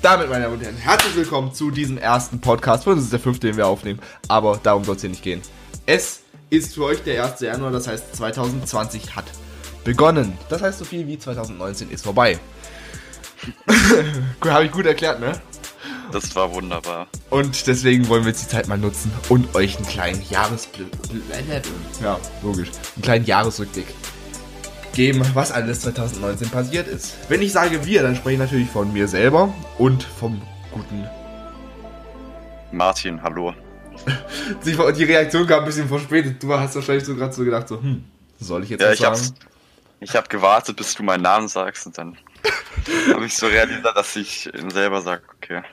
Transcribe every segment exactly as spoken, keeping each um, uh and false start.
damit, meine Damen und Herren, herzlich willkommen zu diesem ersten Podcast. Für uns ist der fünfte, den wir aufnehmen, aber darum soll es hier nicht gehen. Es ist für euch der erste Januar, das heißt zwanzig zwanzig hat begonnen. Das heißt so viel wie zwanzig neunzehn ist vorbei. Habe ich gut erklärt, ne? Das war wunderbar. Und deswegen wollen wir jetzt die Zeit mal nutzen und euch einen kleinen Jahresblick, ja, logisch, einen kleinen Jahresrückblick geben, was alles zwanzig neunzehn passiert ist. Wenn ich sage wir, dann spreche ich natürlich von mir selber und vom guten Martin, hallo. Die Reaktion kam ein bisschen verspätet. Du hast wahrscheinlich so gerade so gedacht, so, hm, soll ich jetzt ja, was ich sagen? Hab's, ich habe gewartet, bis du meinen Namen sagst und dann habe ich so realisiert, dass ich ihn selber sage, okay.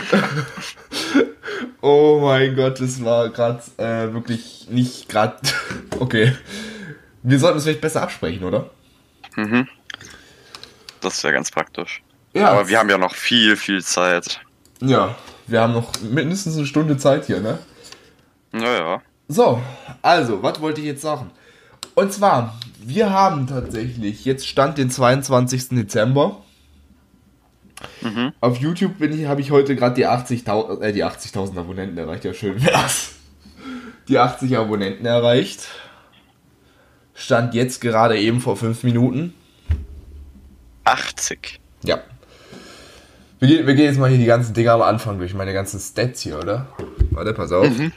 Oh mein Gott, das war gerade äh, wirklich nicht gerade... Okay. Wir sollten es vielleicht besser absprechen, oder? Mhm. Das wäre ganz praktisch. Ja. Aber wir haben ja noch viel, viel Zeit. Ja, wir haben noch mindestens eine Stunde Zeit hier, ne? Naja. So, also, was wollte ich jetzt sagen? Und zwar, wir haben tatsächlich, jetzt Stand den zweiundzwanzigsten Dezember. Mhm. Auf YouTube bin ich, habe ich heute gerade die achtzigtausend, äh, die achtzigtausend Abonnenten erreicht, ja schön wär's. Die achtzig Abonnenten erreicht. Stand jetzt gerade eben vor fünf Minuten. achtzig. Ja. Wir gehen, wir gehen jetzt mal hier die ganzen Dinger am Anfang durch, meine ganzen Stats hier, oder? Warte, pass auf. Mhm.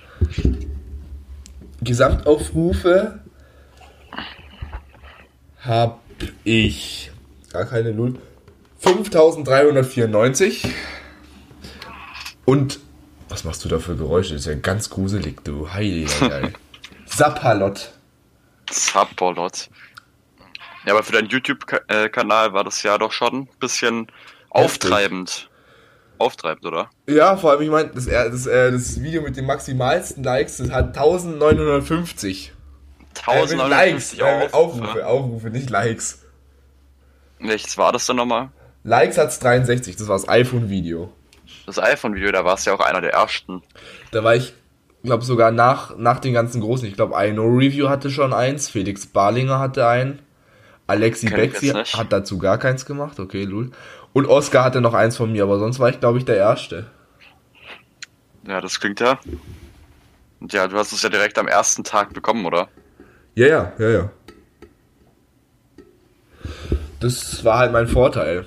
Gesamtaufrufe habe ich gar keine Null. fünftausenddreihundertvierundneunzig. Und was machst du da für Geräusche? Das ist ja ganz gruselig, du Heiliger. Sapperlot. Sapperlot. Ja, aber für deinen YouTube-Kanal war das ja doch schon ein bisschen auftreibend. Auftreibend, oder? Ja, vor allem, ich meine, das, das, das Video mit den maximalsten Likes, das hat eintausendneunhundertfünfzig. eintausendneunhundertfünfzig äh, Likes, Aufrufe. Aufrufe, Aufrufe, nicht Likes. Welches war das denn nochmal? Likes hat's dreiundsechzig, das war das iPhone-Video. Das iPhone-Video, da warst du ja auch einer der ersten. Da war ich, glaube sogar nach, nach den ganzen großen. Ich glaube, iKnowReview hatte schon eins, Felix Barlinger hatte einen, Alexi Kenn ich Bexi jetzt nicht. hat dazu gar keins gemacht, okay, lul. Und Oscar hatte noch eins von mir, aber sonst war ich, glaube ich, der Erste. Ja, das klingt ja. Und ja, du hast es ja direkt am ersten Tag bekommen, oder? Ja, ja, ja, ja. Das war halt mein Vorteil.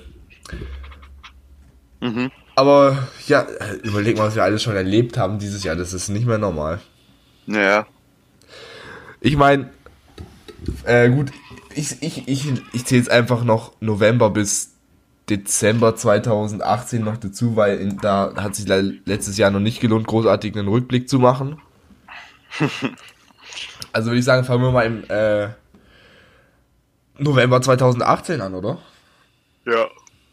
Mhm. Aber ja, überleg mal, was wir alles schon erlebt haben dieses Jahr. Das ist nicht mehr normal. Ja. Ich meine, äh, gut, ich, ich, ich, ich zähle jetzt einfach noch November bis Dezember zweitausendachtzehn noch dazu, weil in, da hat sich letztes Jahr noch nicht gelohnt, großartig einen Rückblick zu machen. Also würde ich sagen, fangen wir mal im äh, November zweitausendachtzehn an, oder? Ja.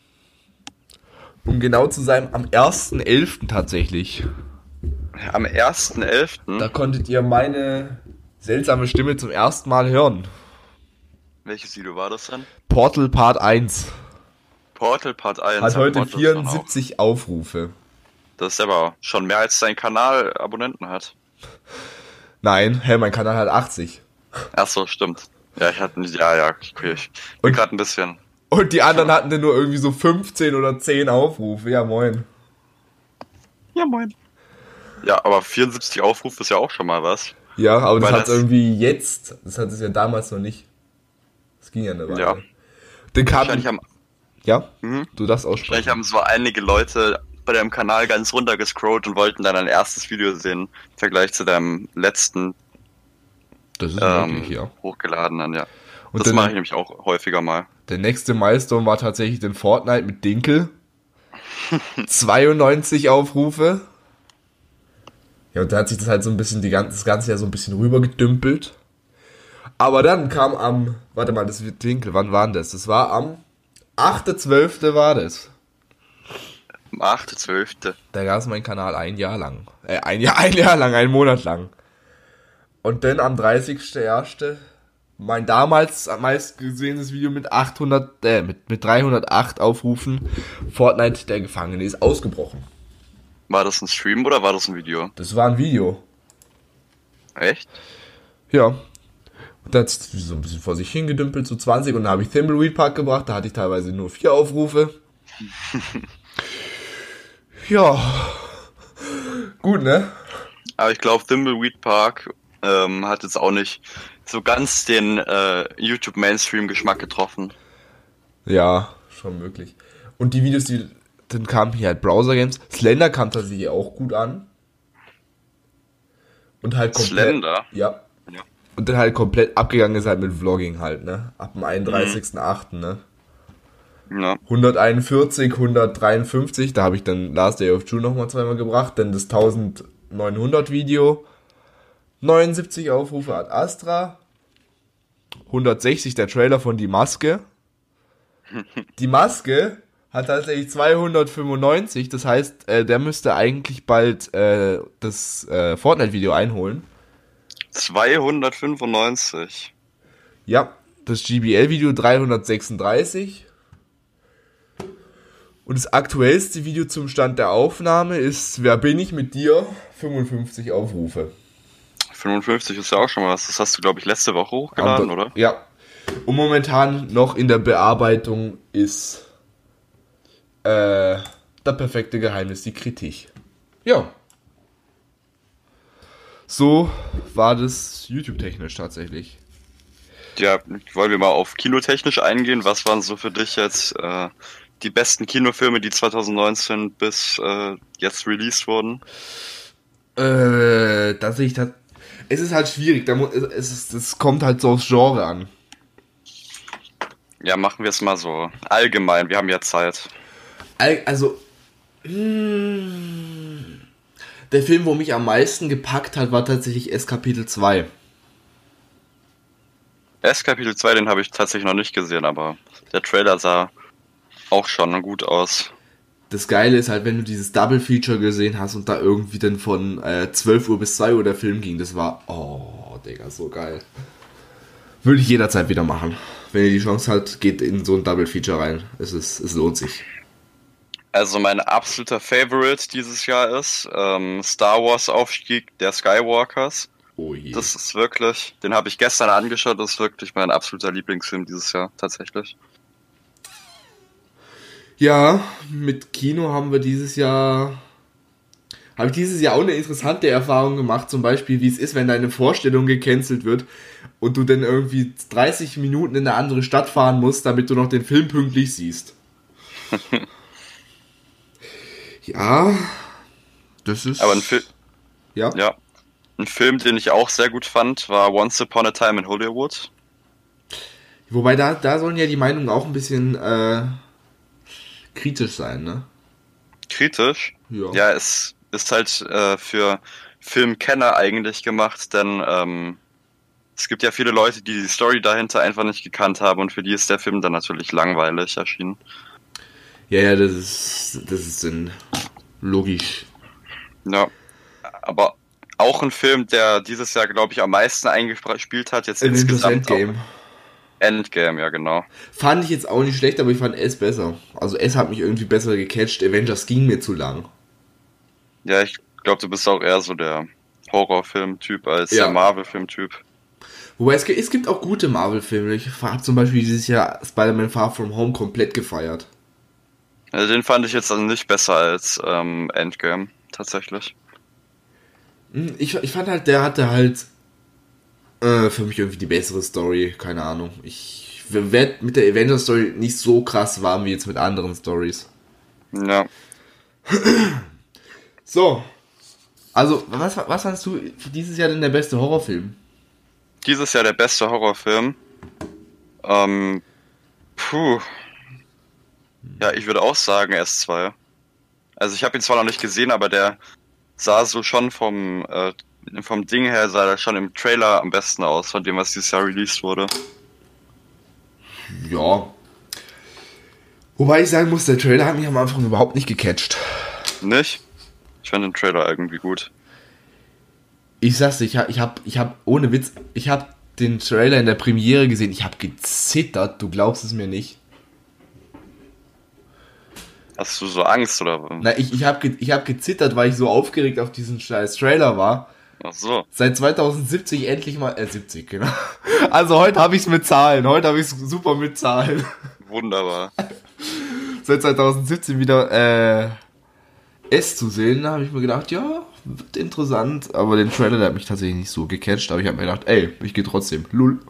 Um genau zu sein, am ersten elften tatsächlich. Am ersten elften Da konntet ihr meine seltsame Stimme zum ersten Mal hören. Welches Video war das denn? Portal Part eins. Portal Part eins. Hat heute Portal vierundsiebzig Aufrufe. Das ist aber schon mehr als dein Kanal Abonnenten hat. Nein, hä, mein Kanal hat achtzig. Ach so, stimmt. Ja, ich hatte nicht, ja, ja, okay, ich bin Und- gerade ein bisschen. Und die anderen hatten dann nur irgendwie so fünfzehn oder zehn Aufrufe. Ja, moin. Ja, moin. Ja, aber vierundsiebzig Aufrufe ist ja auch schon mal was. Ja, aber das Weil hat es das- irgendwie jetzt, das hat es ja damals noch nicht. Das ging ja eine Weile. Ja. Den Wahrscheinlich kam, haben, ja, mhm. du darfst wahrscheinlich aussprechen. haben so einige Leute bei deinem Kanal ganz runter gescrollt und wollten dann ein erstes Video sehen, im Vergleich zu deinem letzten Das ist ähm, möglich, ja. hochgeladenen, ja. Und das dann- mache ich nämlich auch häufiger mal. Der nächste Milestone war tatsächlich den Fortnite mit Dinkel. zweiundneunzig Aufrufe. Ja, und da hat sich das halt so ein bisschen, die ganze, das ganze Jahr so ein bisschen rübergedümpelt. Aber dann kam am, warte mal, das wird Dinkel, wann war denn das? Das war am achter zwölfter war das. Am achter zwölfter Da gab es meinen Kanal ein Jahr lang. Äh, ein Jahr, ein Jahr lang, einen Monat lang. Und dann am dreißigsten ersten mein damals am meisten gesehenes Video mit achthundert, äh, mit, mit dreihundertacht Aufrufen. Fortnite, der Gefangene, ist ausgebrochen. War das ein Stream oder war das ein Video? Das war ein Video. Echt? Ja. Und da hat es so ein bisschen vor sich hingedümpelt, so zwanzig. Und dann habe ich Thimbleweed Park gebracht, da hatte ich teilweise nur vier Aufrufe. Ja. Gut, ne? Aber ich glaube, Thimbleweed Park ähm, hat jetzt auch nicht so ganz den äh, YouTube-Mainstream-Geschmack getroffen. Ja, schon möglich. Und die Videos, die dann kamen hier halt Browser-Games. Slender kam tatsächlich auch gut an. Und halt komplett. Slender? Ja. Ja. Und dann halt komplett abgegangen ist halt mit Vlogging halt, ne? Ab dem einunddreißigsten achten ne? Ja. hunderteinundvierzig, hundertdreiundfünfzig, da habe ich dann Last Day of June nochmal zweimal gebracht, dann das neunzehnhundert Video, neunundsiebzig Aufrufe ad Astra, hundertsechzig der Trailer von Die Maske. Die Maske hat tatsächlich zweihundertfünfundneunzig, das heißt, äh, der müsste eigentlich bald äh, das äh, Fortnite-Video einholen. zweihundertfünfundneunzig. Ja, das G B L-Video dreihundertsechsunddreißig. Und das aktuellste Video zum Stand der Aufnahme ist Wer bin ich mit dir? fünfundfünfzig Aufrufe. fünfundfünfzig ist ja auch schon was. Das hast du, glaube ich, letzte Woche hochgeladen, Aber, oder? Ja. Und momentan noch in der Bearbeitung ist äh, das perfekte Geheimnis, die Kritik. Ja. So war das YouTube-technisch tatsächlich. Ja, wollen wir mal auf kinotechnisch eingehen? Was waren so für dich jetzt äh, die besten Kinofilme, die zwanzig neunzehn bis äh, jetzt released wurden? Äh, dass ich das. Es ist halt schwierig, da muss, es, ist, es kommt halt so aufs Genre an. Ja, machen wir es mal so allgemein, wir haben ja Zeit. Also, mh, der Film, wo mich am meisten gepackt hat, war tatsächlich S Kapitel zwei. S Kapitel zwei, den habe ich tatsächlich noch nicht gesehen, aber der Trailer sah auch schon gut aus. Das Geile ist halt, wenn du dieses Double Feature gesehen hast und da irgendwie dann von äh, zwölf Uhr bis zwei Uhr der Film ging, das war, oh, Digga, so geil. Würde ich jederzeit wieder machen. Wenn ihr die Chance habt, geht in so ein Double Feature rein. Es ist, es lohnt sich. Also mein absoluter Favorite dieses Jahr ist ähm, Star Wars Aufstieg der Skywalkers. Oh je. Das ist wirklich, den habe ich gestern angeschaut, das ist wirklich mein absoluter Lieblingsfilm dieses Jahr, tatsächlich. Ja, mit Kino haben wir dieses Jahr, habe ich dieses Jahr auch eine interessante Erfahrung gemacht, zum Beispiel, wie es ist, wenn deine Vorstellung gecancelt wird und du dann irgendwie dreißig Minuten in eine andere Stadt fahren musst, damit du noch den Film pünktlich siehst. Ja, das ist... Aber ein Film, ja. ja, ein Film, den ich auch sehr gut fand, war Once Upon a Time in Hollywood. Wobei da, da sollen ja die Meinungen auch ein bisschen äh, kritisch sein, ne? Kritisch? Ja. Ja, es ist halt äh, für Filmkenner eigentlich gemacht, denn ähm, es gibt ja viele Leute, die die Story dahinter einfach nicht gekannt haben und für die ist der Film dann natürlich langweilig erschienen. Ja, ja, das ist, das ist dann logisch. Ja, aber auch ein Film, der dieses Jahr, glaube ich, am meisten eingespielt hat, jetzt Avengers insgesamt Endgame. Auch Endgame, ja genau. Fand ich jetzt auch nicht schlecht, aber ich fand S besser. Also S hat mich irgendwie besser gecatcht. Avengers ging mir zu lang. Ja, ich glaube, du bist auch eher so der Horrorfilm-Typ als Ja. der Marvel-Film-Typ. Wobei es, es gibt auch gute Marvel-Filme. Ich habe zum Beispiel dieses Jahr Spider-Man Far From Home komplett gefeiert. Also den fand ich jetzt also nicht besser als ähm, Endgame, tatsächlich. Ich, ich fand halt, der hatte halt äh, für mich irgendwie die bessere Story. Keine Ahnung. Ich werde mit der Avengers-Story nicht so krass warm wie jetzt mit anderen Stories. Ja. So. Also, was, was fandest du für dieses Jahr denn der beste Horrorfilm? Dieses Jahr der beste Horrorfilm. Ähm, puh. Ja, ich würde auch sagen S zwei. Also ich habe ihn zwar noch nicht gesehen, aber der sah so schon vom, äh, vom Ding her, sah der schon im Trailer am besten aus, von dem, was dieses Jahr released wurde. Ja. Wobei ich sagen muss, der Trailer hat mich am Anfang überhaupt nicht gecatcht. Nicht? Ich fand den Trailer irgendwie gut. Ich sag's dir, ich hab, ich hab, ich hab, ohne Witz, ich hab den Trailer in der Premiere gesehen, ich hab gezittert, du glaubst es mir nicht. Hast du so Angst oder? Na, ich, ich hab, ge, ich hab gezittert, weil ich so aufgeregt auf diesen scheiß Trailer war. Ach so. Seit zwanzig siebzig endlich mal, äh, siebzig, genau. Also heute hab ich's mit Zahlen, heute hab ich's super mit Zahlen. Wunderbar. Seit zwanzig siebzehn wieder, äh, S zu sehen, da habe ich mir gedacht, ja, wird interessant. Aber den Trailer, der hat mich tatsächlich nicht so gecatcht. Aber ich habe mir gedacht, ey, ich gehe trotzdem. Lull.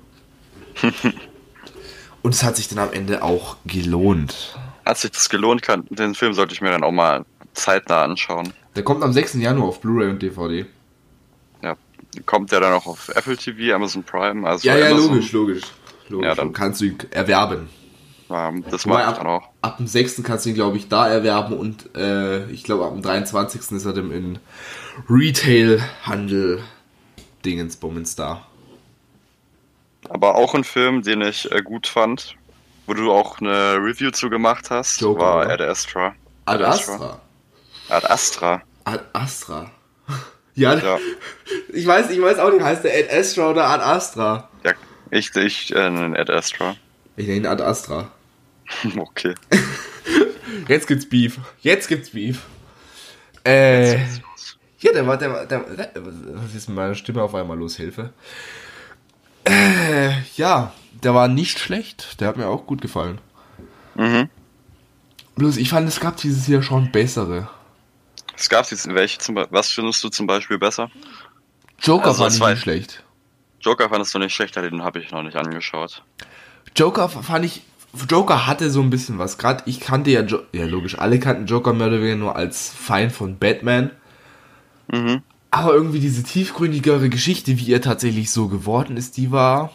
Und es hat sich dann am Ende auch gelohnt. Hat sich das gelohnt? Kann, den Film sollte ich mir dann auch mal zeitnah anschauen. Der kommt am sechsten Januar auf Blu-ray und D V D. Ja, kommt der dann auch auf Apple T V, Amazon Prime? Also ja, ja, Amazon. logisch, logisch. logisch. Ja, dann und kannst du ihn erwerben. Ja, das Wobei, mache ab, ich dann auch. ab dem sechsten kannst du ihn, glaube ich, da erwerben und äh, ich glaube, ab dem dreiundzwanzigsten ist er dann in Retail-Handel Dingensbummens da. Aber auch ein Film, den ich äh, gut fand, wo du auch eine Review zu gemacht hast, Joker, war oder? Ad Astra. Ad Astra? Ad Astra. Ad Astra. ja, Ja. ich weiß, ich weiß auch nicht, heißt der Ad Astra oder Ad Astra? Ja, ich, ich äh, nenne Ad Astra. Ich nenne ihn Ad Astra. Okay. Jetzt gibt's Beef. Jetzt gibt's Beef. Äh, ja, der war, der war, der, der, was ist mit meiner Stimme auf einmal los? Hilfe. Äh, ja, der war nicht schlecht. Der hat mir auch gut gefallen. Mhm. Bloß, ich fand, es gab dieses Jahr schon bessere. Es gab jetzt welche, zum Be- was findest du zum Beispiel besser? Joker Also, fand das ich war- nicht schlecht. Joker fandest du nicht schlechter, den habe ich noch nicht angeschaut. Joker fand ich, Joker hatte so ein bisschen was. Gerade ich kannte ja, jo- ja logisch, alle kannten Joker mehr oder weniger nur als Feind von Batman. Mhm. Aber irgendwie diese tiefgründigere Geschichte, wie er tatsächlich so geworden ist, die war,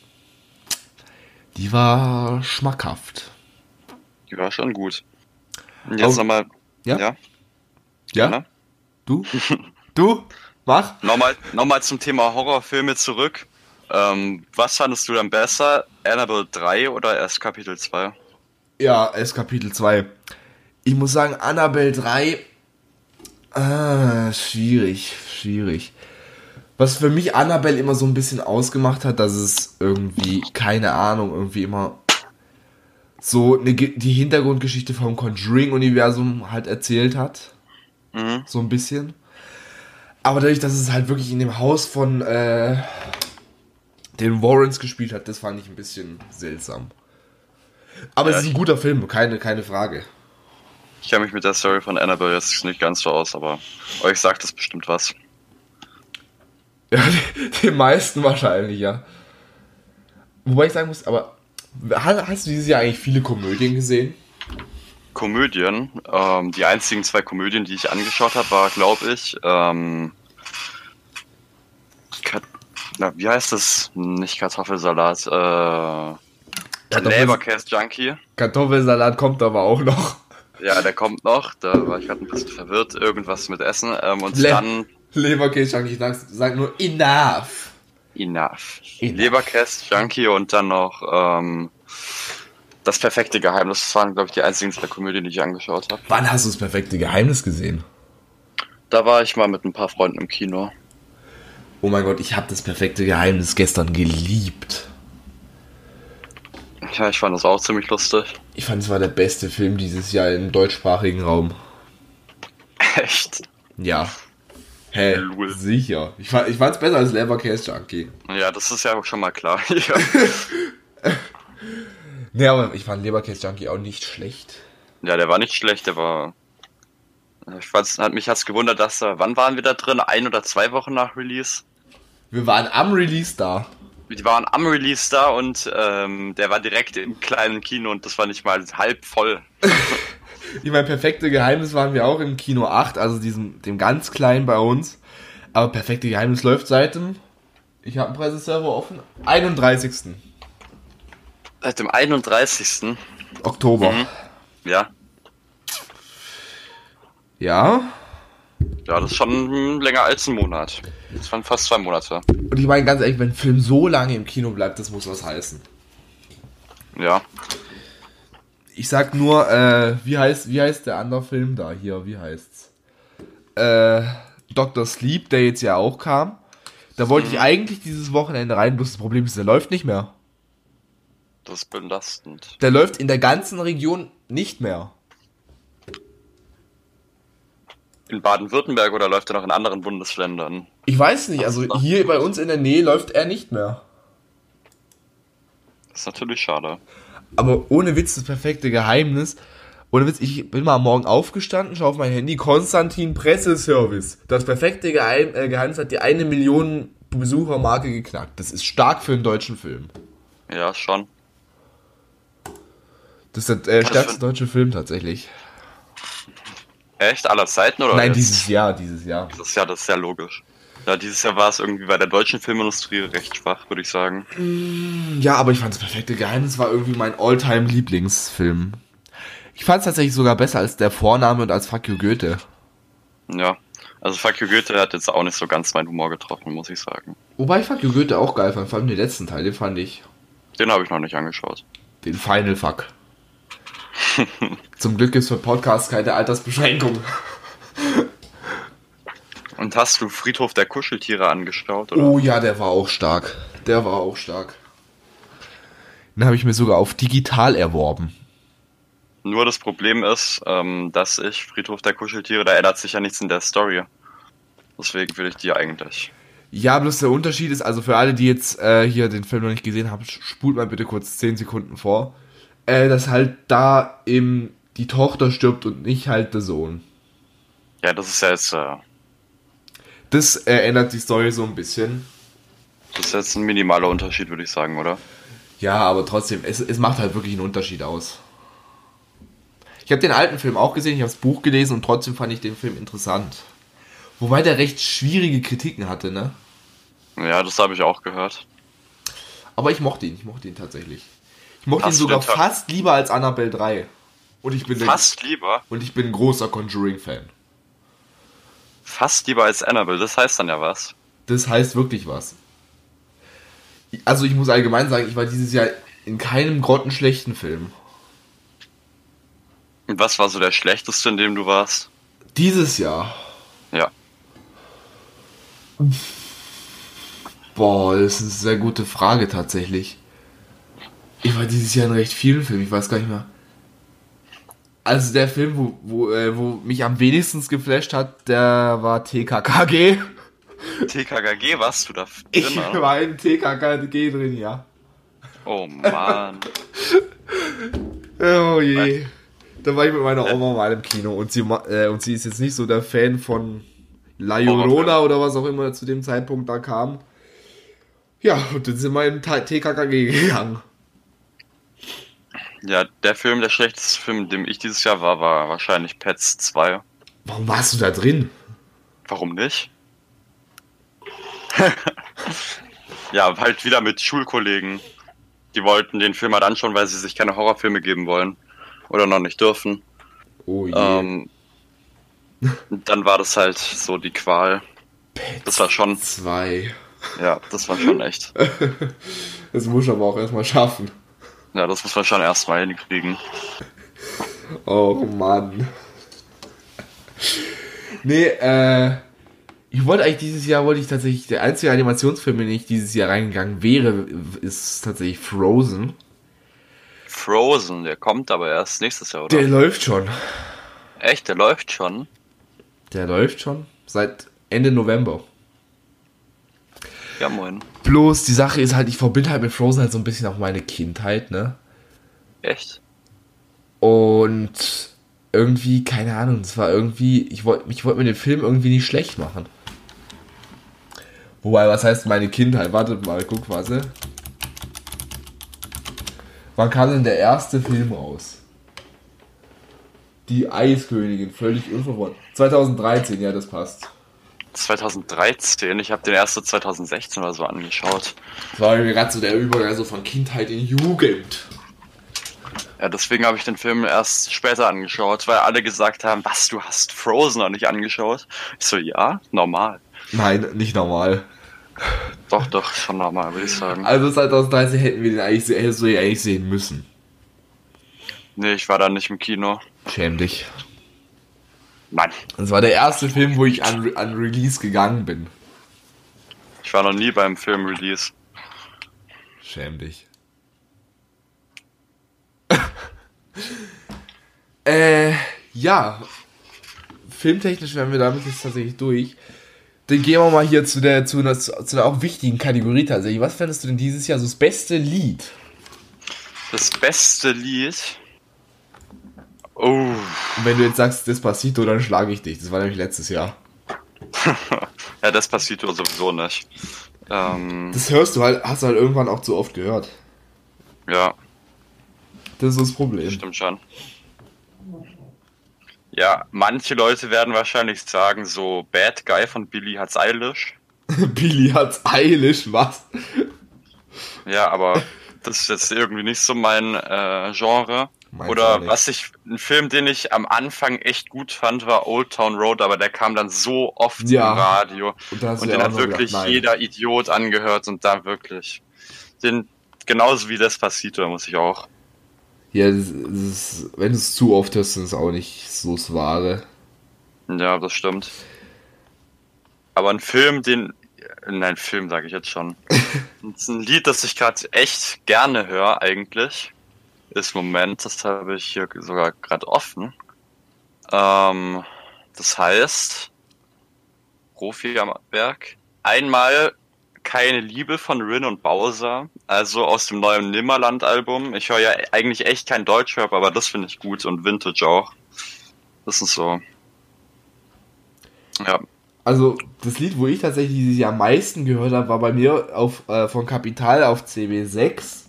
die war schmackhaft. Die war schon gut. Und jetzt Oh. nochmal, Ja? ja, Ja? ne? Du? Du? Mach? Nochmal, nochmal zum Thema Horrorfilme zurück. Ähm, was fandest du dann besser? Annabelle drei oder erst Kapitel zwei? Ja, es ist Kapitel zwei. Ich muss sagen, Annabelle drei, ah, schwierig, schwierig. Was für mich Annabelle immer so ein bisschen ausgemacht hat, dass es irgendwie, keine Ahnung, irgendwie immer so eine, Ge- die Hintergrundgeschichte vom Conjuring-Universum halt erzählt hat. Mhm. So ein bisschen. Aber dadurch, dass es halt wirklich in dem Haus von äh, den Warrens gespielt hat, das fand ich ein bisschen seltsam. Aber Ja, es ist ein ich- guter Film, keine, keine Frage. Ich kenne mich mit der Story von Annabelle jetzt nicht ganz so aus, aber euch sagt das bestimmt was. Ja, die, die meisten wahrscheinlich, ja. Wobei ich sagen muss, aber hast, hast du dieses Jahr eigentlich viele Komödien gesehen? Komödien. Ähm, die einzigen zwei Komödien, die ich angeschaut habe, war, glaube ich, ähm, Kat- na, wie heißt das? Nicht Kartoffelsalat, äh, Kartoffel- Leberkäse Junkie. Kartoffelsalat kommt aber auch noch. Ja, der kommt noch. Da war ich gerade ein bisschen verwirrt. Irgendwas mit Essen. Ähm, und Le- dann Leberkäse, ich sag, sag nur enough. Enough. Enough. Leberkäse Junkie und dann noch ähm, Das perfekte Geheimnis. Das waren, glaube ich, die einzigen zwei Komödien, die ich angeschaut habe. Wann hast du das perfekte Geheimnis gesehen? Da war ich mal mit ein paar Freunden im Kino. Oh mein Gott, ich habe das perfekte Geheimnis gestern geliebt. Ja, ich fand das auch ziemlich lustig. Ich fand, es war der beste Film dieses Jahr im deutschsprachigen Raum. Echt? Ja. Hä? Lul. Sicher. Ich fand es besser als Leberkäse Junkie. Ja, das ist ja auch schon mal klar. ja. Ne, aber ich fand Leberkäse Junkie auch nicht schlecht. ja, der war nicht schlecht, der war. Ich fand's, hat mich hat's gewundert, dass er. Wann waren wir da drin? Ein oder zwei Wochen nach Release? Wir waren am Release da. Die waren am Release da und ähm, der war direkt im kleinen Kino und das war nicht mal halb voll. Ich meine, perfekte Geheimnis waren wir auch im Kino acht, also diesem, dem ganz kleinen bei uns. Aber perfekte Geheimnis läuft seit dem, ich habe einen Presseserver offen, einunddreißigsten Seit dem einunddreißigsten Oktober. Mhm. Ja. Ja. Ja, das ist schon länger als ein Monat. Das waren fast zwei Monate. Und ich meine ganz ehrlich, wenn ein Film so lange im Kino bleibt, das muss was heißen. Ja. Ich sag nur, äh, wie heißt, wie heißt der andere Film da hier, wie heißt's? Äh, Doktor Sleep, der jetzt ja auch kam. Da wollte ich eigentlich dieses Wochenende rein, bloß das Problem ist, der läuft nicht mehr. Das ist belastend. Der läuft in der ganzen Region nicht mehr. In Baden-Württemberg oder läuft er noch in anderen Bundesländern? Ich weiß nicht, also hier bei uns in der Nähe läuft er nicht mehr. Das ist natürlich schade. Aber ohne Witz, das perfekte Geheimnis Ohne Witz, ich bin mal morgen aufgestanden, schaue auf mein Handy, Konstantin Presseservice. Das perfekte Geheim, äh, Geheimnis hat die eine Million Besuchermarke geknackt. Das ist stark für einen deutschen Film. Ja, schon. Das ist der äh, stärkste deutsche Film tatsächlich. Echt? Aller Zeiten oder? Nein, jetzt? dieses Jahr, dieses Jahr. Dieses Jahr, das ist ja logisch. Ja, dieses Jahr war es irgendwie bei der deutschen Filmindustrie recht schwach, würde ich sagen. Ja, aber ich fand das perfekte Geheimnis war irgendwie mein All-Time-Lieblingsfilm. Ich fand es tatsächlich sogar besser als der Vorname und als Fuck you Goethe. Ja, also Fuck you Goethe hat jetzt auch nicht so ganz meinen Humor getroffen, muss ich sagen. Wobei ich Fuck you Goethe auch geil fand, vor allem den letzten Teil, den fand ich. Den habe ich noch nicht angeschaut. Den Final Fuck. Zum Glück ist für Podcasts keine Altersbeschränkung. Und hast du Friedhof der Kuscheltiere angeschaut, oder? Oh ja, der war auch stark. Der war auch stark. Den habe ich mir sogar auf digital erworben. Nur das Problem ist, ähm, dass ich Friedhof der Kuscheltiere, da ändert sich ja nichts in der Story. Deswegen will ich die eigentlich. Ja, bloß der Unterschied ist, also für alle, die jetzt äh, hier den Film noch nicht gesehen haben, spult mal bitte kurz zehn Sekunden vor, äh, dass halt da eben die Tochter stirbt und nicht halt der Sohn. Ja, das ist ja jetzt, äh, Das äh, ändert die Story so ein bisschen. das ist jetzt ein minimaler Unterschied, würde ich sagen, oder? Ja, aber trotzdem, es, es macht halt wirklich einen Unterschied aus. Ich habe den alten Film auch gesehen, ich habe das Buch gelesen und trotzdem fand ich den Film interessant. Wobei der recht schwierige Kritiken hatte, ne? Ja, das habe ich auch gehört. Aber ich mochte ihn, ich mochte ihn tatsächlich. Ich mochte Hast ihn du sogar den Tag- fast lieber als Annabelle drei. Und ich bin, Fast lieber? Der, und ich bin ein großer Conjuring-Fan. Fast lieber als Annabelle, das heißt dann ja was. Das heißt wirklich was. Also ich muss allgemein sagen, ich war dieses Jahr in keinem grottenschlechten Film. Und was war so der schlechteste, in dem du warst? Dieses Jahr. Ja. Boah, das ist eine sehr gute Frage tatsächlich. Ich war dieses Jahr in recht vielen Filmen, ich weiß gar nicht mehr. Also der Film, wo, wo, äh, wo mich am wenigsten geflasht hat, der war T K K G. T K K G warst du da drin, Ich oder? war in T K K G drin, ja. Oh Mann. Oh je. Da war ich mit meiner Oma mal im Kino und sie, ma- äh, und sie ist jetzt nicht so der Fan von La Llorona oder was auch immer zu dem Zeitpunkt da kam. Ja, und dann sind wir in T K K G gegangen. Ja, der Film, der schlechteste Film, in dem ich dieses Jahr war, war wahrscheinlich Pets zwei. Warum warst du da drin? Warum nicht? Ja, halt wieder mit Schulkollegen. Die wollten den Film halt anschauen, weil sie sich keine Horrorfilme geben wollen. Oder noch nicht dürfen. Oh je. Ähm, dann war das halt so die Qual. Das war schon, Zwei. ja, das war schon echt. Das muss ich aber auch erstmal schaffen. Ja, das muss man schon erstmal hinkriegen. Oh Mann. Nee, äh, ich wollte eigentlich dieses Jahr, wollte ich tatsächlich, der einzige Animationsfilm, in den ich dieses Jahr reingegangen wäre, ist tatsächlich Frozen. Frozen, der kommt aber erst nächstes Jahr, oder? Der läuft schon. Echt, der läuft schon? Der läuft schon seit Ende November. Ja, moin. Bloß die Sache ist halt, ich verbinde halt mit Frozen halt so ein bisschen auch meine Kindheit, ne? Echt? Und irgendwie, keine Ahnung, es war irgendwie, ich wollte ich wollte mir den Film irgendwie nicht schlecht machen. Wobei, was heißt meine Kindheit? Wartet mal, guck, warte. Wann kam denn der erste Film raus? Die Eiskönigin, völlig unverwandt. zwanzig dreizehn, ja, das passt. zwanzig dreizehn, ich habe den ersten zwanzig sechzehn oder so angeschaut. Das war mir gerade so der Übergang so von Kindheit in Jugend. Ja, deswegen habe ich den Film erst später angeschaut, weil alle gesagt haben, was, du hast Frozen noch nicht angeschaut? Ich so, ja, normal. Nein, nicht normal. Doch, doch, schon normal, würde ich sagen. Also zwanzig dreizehn hätten wir den eigentlich, se- hättest du den eigentlich sehen müssen. Nee, ich war da nicht im Kino. Schäm dich. Nein, Das war der erste Film, wo ich an, an Release gegangen bin. ich war noch nie beim Film-Release. Schäm dich. äh, ja. Filmtechnisch wären wir damit jetzt tatsächlich durch. Dann gehen wir mal hier zu der, zu einer, zu einer auch wichtigen Kategorie tatsächlich. Was fändest du denn dieses Jahr so das beste Lied? Das beste Lied? Oh. Und wenn du jetzt sagst Despacito, dann schlage ich dich. Das war nämlich letztes Jahr. Ja, Despacito sowieso nicht. Ähm, Das hörst du halt, hast du halt irgendwann auch zu oft gehört. ja, Das ist das Problem. stimmt schon. Ja, manche Leute werden wahrscheinlich sagen, so Bad Guy von Billie Eilish. Billie hat's Eilish, was? Ja, aber das ist jetzt irgendwie nicht so mein äh, Genre. Meins auch Oder nicht. was ich, ein Film, den ich am Anfang echt gut fand, war Old Town Road, aber der kam dann so oft Ja. im Radio. Und da hast Und du ja den auch hat noch wirklich gedacht, nein. jeder Idiot angehört und da wirklich. Den, genauso wie Despacito, muss ich auch. Ja, das, das, wenn du es zu oft hörst, dann ist es auch nicht so das Wahre. Ja, das stimmt. Aber ein Film, den. Nein, Film sage ich jetzt schon. Das ist ein Lied, das ich gerade echt gerne höre, eigentlich. Ist Moment, das habe ich hier sogar gerade offen. Ähm, das heißt, Profi am Werk. Einmal Keine Liebe von Rin und Bowser, also aus dem neuen Nimmerland-Album. Ich höre ja eigentlich echt kein Deutschrap, aber das finde ich gut und Vintage auch. Das ist so. Ja. Also, das Lied, wo ich tatsächlich dieses Jahr am meisten gehört habe, war bei mir auf, äh, von Kapital auf C B sechs.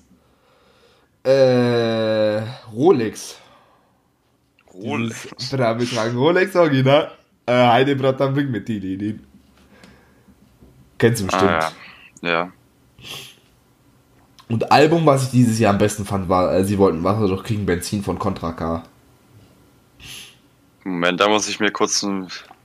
Äh, Rolex. Rolex. Dieses Bra, wir tragen Rolex Original. Äh, Heide Bratan bringt mit die, die, die. Kennst du bestimmt. Ah, ja. ja. Und Album, was ich dieses Jahr am besten fand, war äh, Sie wollten Wasser doch kriegen, Benzin von Contra K. Moment, da muss ich mir kurz eine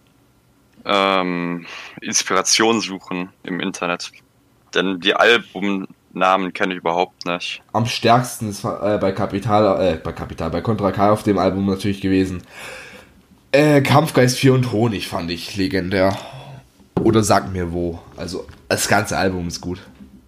ähm, Inspiration suchen im Internet. Denn die Albumnamen kenne ich überhaupt nicht. Am stärksten ist äh, bei Kapital, äh, bei Kapital, bei Contra K auf dem Album natürlich gewesen. Äh, Kampfgeist vier und Honig fand ich legendär. Oder Sag mir wo. Also, das ganze Album ist gut.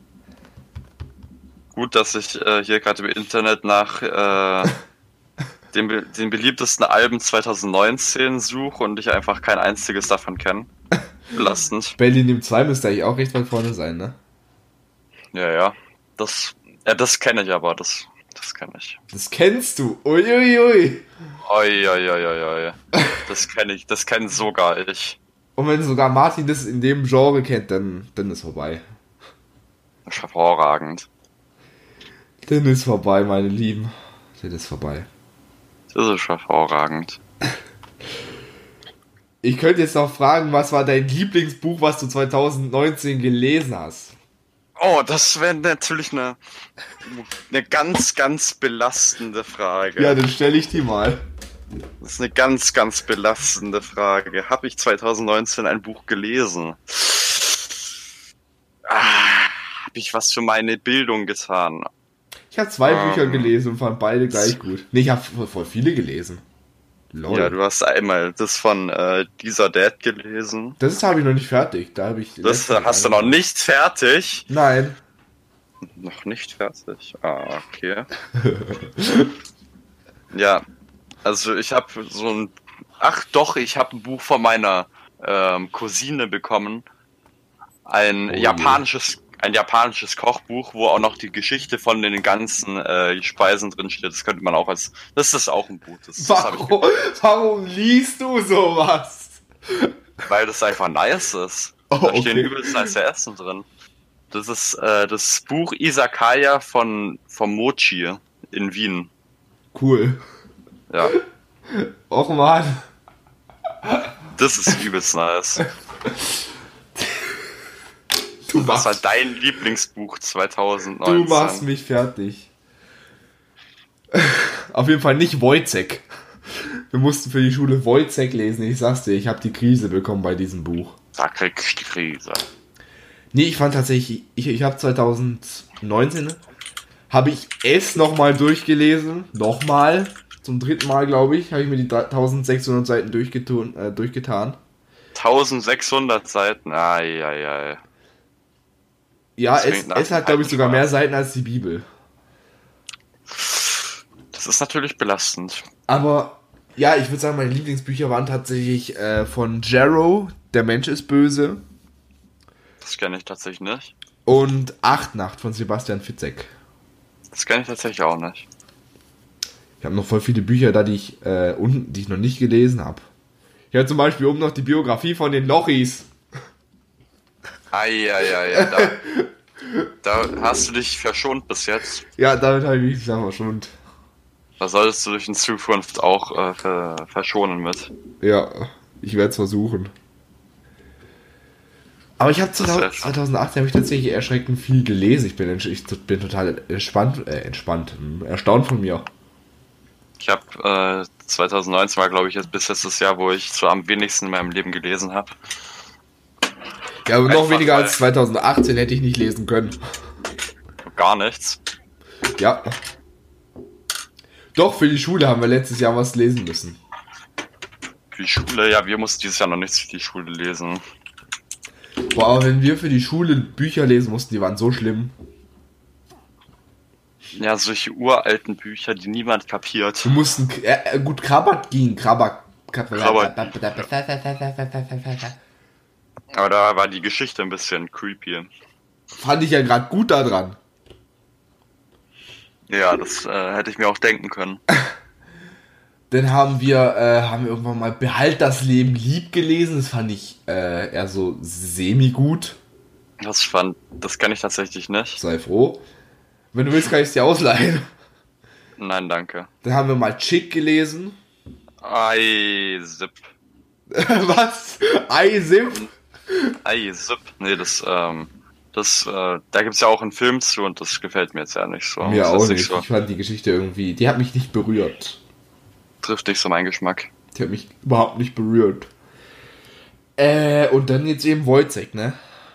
Gut, dass ich äh, hier gerade im Internet nach äh, den, be- den beliebtesten Alben zwanzig neunzehn suche und ich einfach kein einziges davon kenne. Belastend. Berlin im zwei müsste eigentlich auch recht weit vorne sein, ne? Ja, ja. Das, ja, das kenne ich aber, das, das kenne ich. Das kennst du. Uiuiui. Ui, ui. Oi, oi, oi, oi, oi. Das kenne ich, das kenne sogar ich. Und wenn sogar Martin das in dem Genre kennt, dann, dann ist vorbei. Das ist hervorragend. Dann ist vorbei, meine Lieben. Dann ist vorbei. Das ist hervorragend. Ich könnte jetzt noch fragen, was war dein Lieblingsbuch, was du zwanzig neunzehn gelesen hast? Oh, das wäre natürlich eine, eine ganz, ganz belastende Frage. Ja, dann stelle ich die mal. Das ist eine ganz, ganz belastende Frage. Habe ich zwanzig neunzehn ein Buch gelesen? Ah, habe ich was für meine Bildung getan? Ich habe zwei Ähm, Bücher gelesen und fand beide gleich gut. Nee, ich habe voll viele gelesen. Lol. Ja, du hast einmal das von äh, Dieser Dad gelesen. Das habe ich noch nicht fertig. Da habe ich. Das letztens hast du noch angefangen. nicht fertig. Nein. Noch nicht fertig? Ah, okay. Ja, also ich habe so ein... Ach doch, ich habe ein Buch von meiner ähm, Cousine bekommen. Ein Oh je. japanisches ein japanisches Kochbuch, wo auch noch die Geschichte von den ganzen äh, Speisen drin steht. Das könnte man auch als... Das ist auch ein Buch. Das, das hab ich Warum, warum liest du sowas? Weil das einfach nice ist. Oh, Da stehen okay. übelst nice Essen drin. Das ist äh, das Buch Izakaya von vom Mochi in Wien. Cool. Ja, Och man. das ist übelst nice. Du Was war machst, dein Lieblingsbuch zwanzig neunzehn? du machst mich fertig. Auf jeden Fall nicht Wojciech. Wir mussten für die Schule Wojciech lesen. Ich sag's dir, ich habe die Krise bekommen bei diesem Buch. Da kriegst du die Krise. Nee, ich fand tatsächlich, ich, ich habe zwanzig neunzehn, habe ich es nochmal durchgelesen. Nochmal. Zum dritten Mal, glaube ich, habe ich mir die eintausendsechshundert Seiten durchgetun, äh, durchgetan. eintausendsechshundert Seiten. Ai, ai, ai. Ja, Das es, klingt nach es hat, einem glaube ich, sogar mehr Spaß. Seiten als die Bibel. Das ist natürlich belastend. Aber ja, ich würde sagen, meine Lieblingsbücher waren tatsächlich äh, von Jarrow, Der Mensch ist böse, Das kenne ich tatsächlich nicht. und Acht Nacht von Sebastian Fitzek. Das kenne ich tatsächlich auch nicht. Ich habe noch voll viele Bücher da, die ich, äh, unten, die ich noch nicht gelesen habe. Ich habe zum Beispiel oben noch die Biografie von den Lochis. Eieiei, da, da hast du dich verschont bis jetzt. Ja, damit habe ich mich verschont. Da solltest du dich in Zukunft auch äh, ver verschonen mit. Ja, ich werde es versuchen. Aber ich habe zwanzig achtzehn habe ich tatsächlich erschreckend viel gelesen. Ich bin, ich bin total entspannt, äh, entspannt, erstaunt von mir. Ich habe äh, zwanzig neunzehn war, glaube ich, jetzt bis jetzt das Jahr, wo ich so am wenigsten in meinem Leben gelesen habe. Ja, aber noch weniger als zwanzig achtzehn hätte ich nicht lesen können. Gar nichts. Ja. Doch, für die Schule haben wir letztes Jahr was lesen müssen. Für die Schule? Ja, wir mussten dieses Jahr noch nichts für die Schule lesen. Boah, aber wenn wir für die Schule Bücher lesen mussten, die waren so schlimm. Ja, solche uralten Bücher, die niemand kapiert. Wir mussten, äh, gut, Krabbert ging, Krabbert. Krabbert. Aber da war die Geschichte ein bisschen creepy. Fand ich ja gerade gut da dran. Ja, das äh, hätte ich mir auch denken können. Dann haben wir, äh, haben wir irgendwann mal Behalt das Leben lieb gelesen. Das fand ich äh, eher so semi-gut. Das fand, das kann ich tatsächlich nicht. Sei froh. Wenn du willst, kann ich es dir ausleihen. Nein, danke. Dann haben wir mal Chick gelesen. Ei, Zip. Was? Ei, Zip? Ei, Zip. Nee, das, ähm, das, äh, da gibt's ja auch einen Film zu und das gefällt mir jetzt ja nicht so. Mir das auch ist nicht. so. Ich fand die Geschichte irgendwie, die hat mich nicht berührt. Trifft nicht so meinen Geschmack. Die hat mich überhaupt nicht berührt. Äh, und dann jetzt eben Wojciech, ne?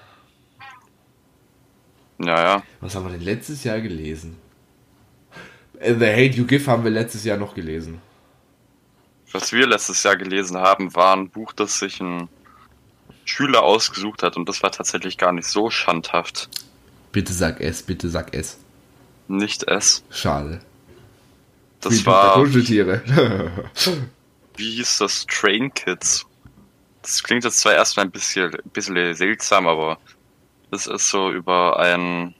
Ja, ja. Was haben wir denn letztes Jahr gelesen? The Hate You Give haben wir letztes Jahr noch gelesen. Was wir letztes Jahr gelesen haben, war ein Buch, das sich ein Schüler ausgesucht hat und das war tatsächlich gar nicht so schandhaft. Bitte sag es, bitte sag es. Nicht es. Schade. Das Friedhof war... der Kuscheltiere. Wie hieß das? Train Kids. Das klingt jetzt zwar erstmal ein bisschen, ein bisschen seltsam, aber das ist so über ein...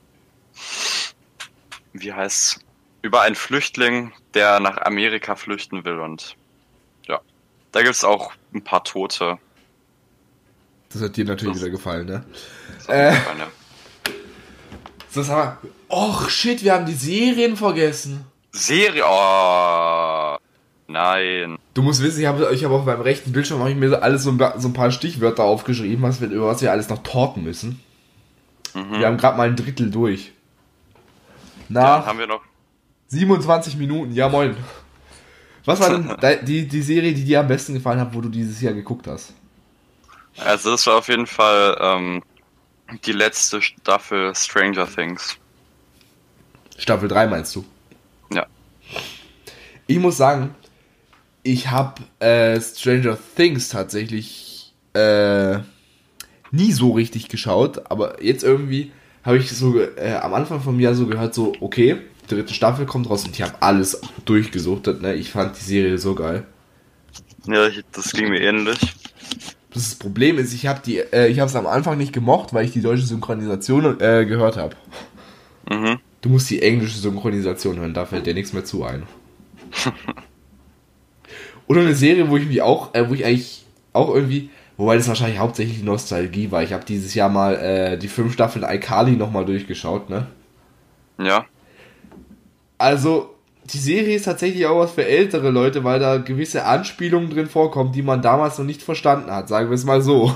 Wie heißt's? Über einen Flüchtling, der nach Amerika flüchten will und ja, da gibt's auch ein paar Tote. Das hat dir natürlich das wieder gefallen, ne? Äh, gefallen, ja. Das haben wir... Och, shit, wir haben die Serien vergessen. Serie? Oh, nein. Du musst wissen, ich habe ich hab auf meinem rechten Bildschirm hab ich mir so alles so ein, so ein paar Stichwörter aufgeschrieben, was wir, über was wir alles noch talken müssen. Mhm. Wir haben gerade mal ein Drittel durch. Na, ja, haben wir noch siebenundzwanzig Minuten, ja moin. Was war denn die, die Serie, die dir am besten gefallen hat, wo du dieses Jahr geguckt hast? Also das war auf jeden Fall ähm, die letzte Staffel Stranger Things. Staffel drei meinst du? Ja. Ich muss sagen, ich habe äh, Stranger Things tatsächlich äh, nie so richtig geschaut, aber jetzt irgendwie habe ich so äh, am Anfang vom Jahr so gehört, so okay, dritte Staffel kommt raus und ich habe alles durchgesuchtet, ne? Ich fand die Serie so geil. Ja, ich, das ging mir ähnlich. Das Problem ist, ich habe die, äh, ich habe es am Anfang nicht gemocht, weil ich die deutsche Synchronisation äh, gehört habe. Mhm. Du musst die englische Synchronisation hören, da fällt dir nichts mehr zu ein. Oder eine Serie, wo ich mich auch, äh, wo ich eigentlich auch irgendwie, wobei das wahrscheinlich hauptsächlich Nostalgie war. Ich habe dieses Jahr mal äh, die fünf Staffeln iCarly nochmal durchgeschaut, ne? Ja. Also, die Serie ist tatsächlich auch was für ältere Leute, weil da gewisse Anspielungen drin vorkommen, die man damals noch nicht verstanden hat, sagen wir es mal so.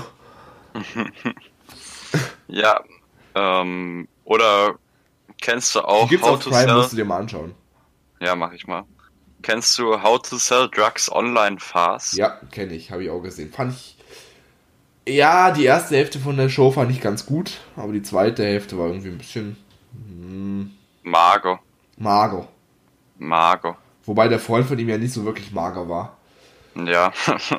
Ja, ähm, oder kennst du auch die gibt's How auf to Prime, Sell? musst du dir mal anschauen. Ja, mach ich mal. Kennst du How to Sell Drugs Online Fast? Ja, kenne ich, habe ich auch gesehen. Fand ich. Ja, die erste Hälfte von der Show fand ich ganz gut, aber die zweite Hälfte war irgendwie ein bisschen. Mh, mager. Mager. Mager. Wobei der Freund von ihm ja nicht so wirklich mager war. Ja.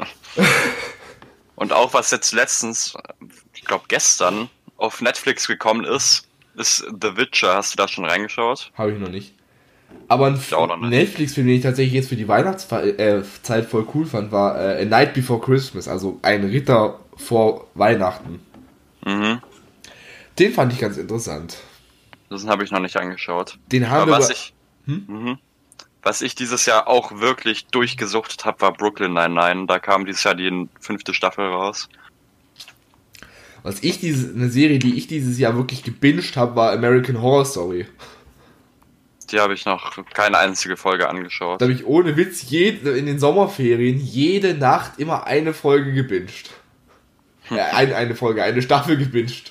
Und auch was jetzt letztens, ich glaube gestern, auf Netflix gekommen ist, ist The Witcher. Hast du da schon reingeschaut? Habe ich noch nicht. Aber ein Netflix-Film, den ich tatsächlich jetzt für die Weihnachtszeit äh, voll cool fand, war äh, A Night Before Christmas, also ein Ritter vor Weihnachten. Mhm. Den fand ich ganz interessant. Das habe ich noch nicht angeschaut. Den haben Aber wir was über... ich, hm? mhm. Was ich dieses Jahr auch wirklich durchgesuchtet habe, war Brooklyn Nine-Nine. Da kam dieses Jahr die fünfte Staffel raus. Was ich diese, eine Serie, die ich dieses Jahr wirklich gebinged habe, war American Horror Story. Die habe ich noch keine einzige Folge angeschaut. Da habe ich ohne Witz jede, in den Sommerferien jede Nacht immer eine Folge gebinged. Hm. Äh, eine, eine Folge, eine Staffel gebinged.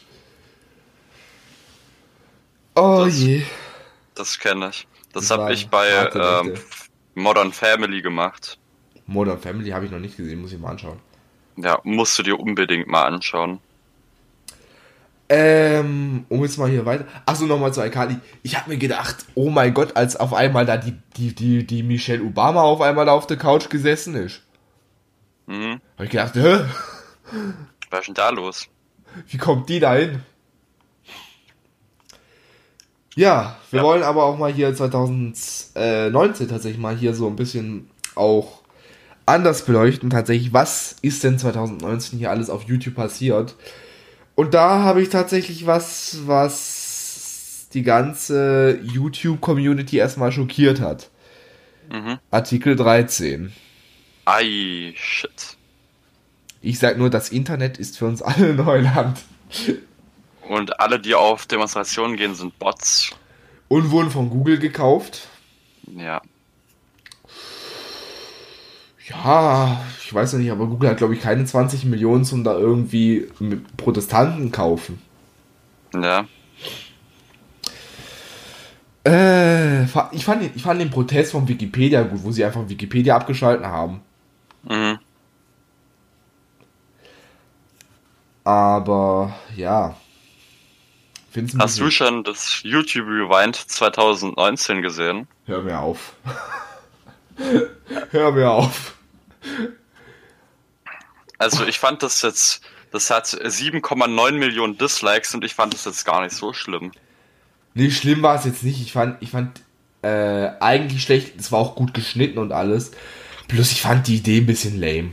Oh das, je. Das kenne ich. Das, Das habe ich bei ähm, Modern Family gemacht. Modern Family habe ich noch nicht gesehen, muss ich mal anschauen. Ja, musst du dir unbedingt mal anschauen. Ähm, um jetzt mal hier weiter. Achso, nochmal zu iCarly. Ich habe mir gedacht, oh mein Gott, als auf einmal da die, die, die, die Michelle Obama auf einmal da auf der Couch gesessen ist. Mhm. Habe ich gedacht, hä? Was ist denn da los? Wie kommt die da hin? Ja, wir ja. wollen aber auch mal hier zwanzig neunzehn tatsächlich mal hier so ein bisschen auch anders beleuchten. Tatsächlich, was ist denn zwanzig neunzehn hier alles auf YouTube passiert? Und da habe ich tatsächlich was, was die ganze YouTube-Community erstmal schockiert hat. Mhm. Artikel dreizehn. Ei, shit. Ich sag nur, das Internet ist für uns alle Neuland. Und alle, die auf Demonstrationen gehen, sind Bots. Und wurden von Google gekauft. Ja. Ja, ich weiß ja nicht, aber Google hat, glaube ich, keine zwanzig Millionen zum da irgendwie mit Protestanten kaufen. Ja. Äh, ich fand, den, ich fand den Protest von Wikipedia gut, wo sie einfach Wikipedia abgeschalten haben. Mhm. Aber, ja. Hast du schon das YouTube Rewind zwanzig neunzehn gesehen? Hör mir auf. Hör mir auf. Also ich fand das jetzt, das hat sieben Komma neun Millionen Dislikes und ich fand das jetzt gar nicht so schlimm. Nee, schlimm war es jetzt nicht. Ich fand, ich fand äh, eigentlich schlecht, es war auch gut geschnitten und alles. Bloß ich fand die Idee ein bisschen lame.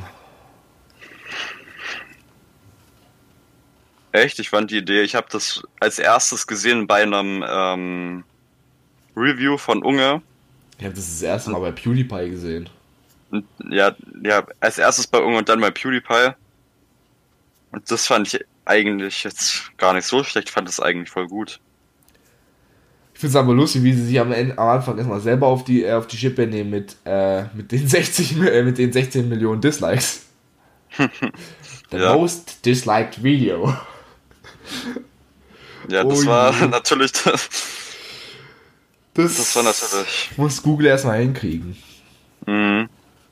Echt? Ich fand die Idee, ich habe das als erstes gesehen bei einem ähm, Review von Unge. Ich habe das das erste Mal bei PewDiePie gesehen. Ja, ja, als erstes bei Unge und dann bei PewDiePie. Und das fand ich eigentlich jetzt gar nicht so schlecht, ich fand das eigentlich voll gut. Ich finde es aber lustig, wie sie sich am, Ende, am Anfang erstmal selber auf die, äh, auf die Schippe nehmen mit, äh, mit, den sechzig, äh, mit den sechzehn Millionen Dislikes. The ja. most disliked video. Ja, das oh war je. natürlich das, das, das war natürlich. Muss Google erstmal hinkriegen. Mhm.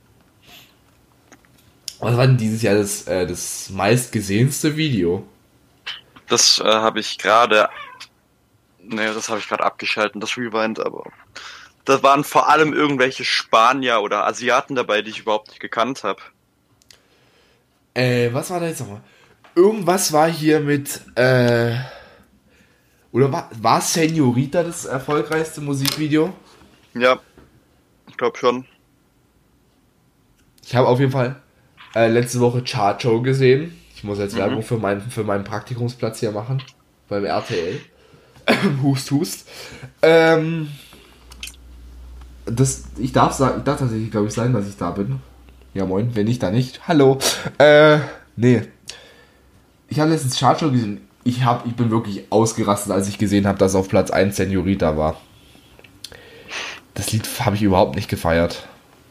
Was war denn dieses Jahr das, äh, das meistgesehenste Video? Das äh, habe ich gerade. Ne, das habe ich gerade abgeschalten, das Rewind, aber. Da waren vor allem irgendwelche Spanier oder Asiaten dabei, die ich überhaupt nicht gekannt habe. Äh, was war da jetzt nochmal? Irgendwas war hier mit, äh. Oder war, war Senorita das erfolgreichste Musikvideo? Ja, ich glaube schon. Ich habe auf jeden Fall äh, letzte Woche Chart Show gesehen. Ich muss jetzt Mhm. Werbung für meinen, für meinen Praktikumsplatz hier machen. Beim R T L. hust, hust. Ähm. Das, ich darf sagen, ich darf tatsächlich, glaube ich, sagen, dass ich da bin. Ja, moin, wenn nicht, dann nicht. Hallo. Äh, nee. Ich habe letztens Chart Show gesehen. Ich, hab, ich bin wirklich ausgerastet, als ich gesehen habe, dass auf Platz eins Senorita war. Das Lied habe ich überhaupt nicht gefeiert.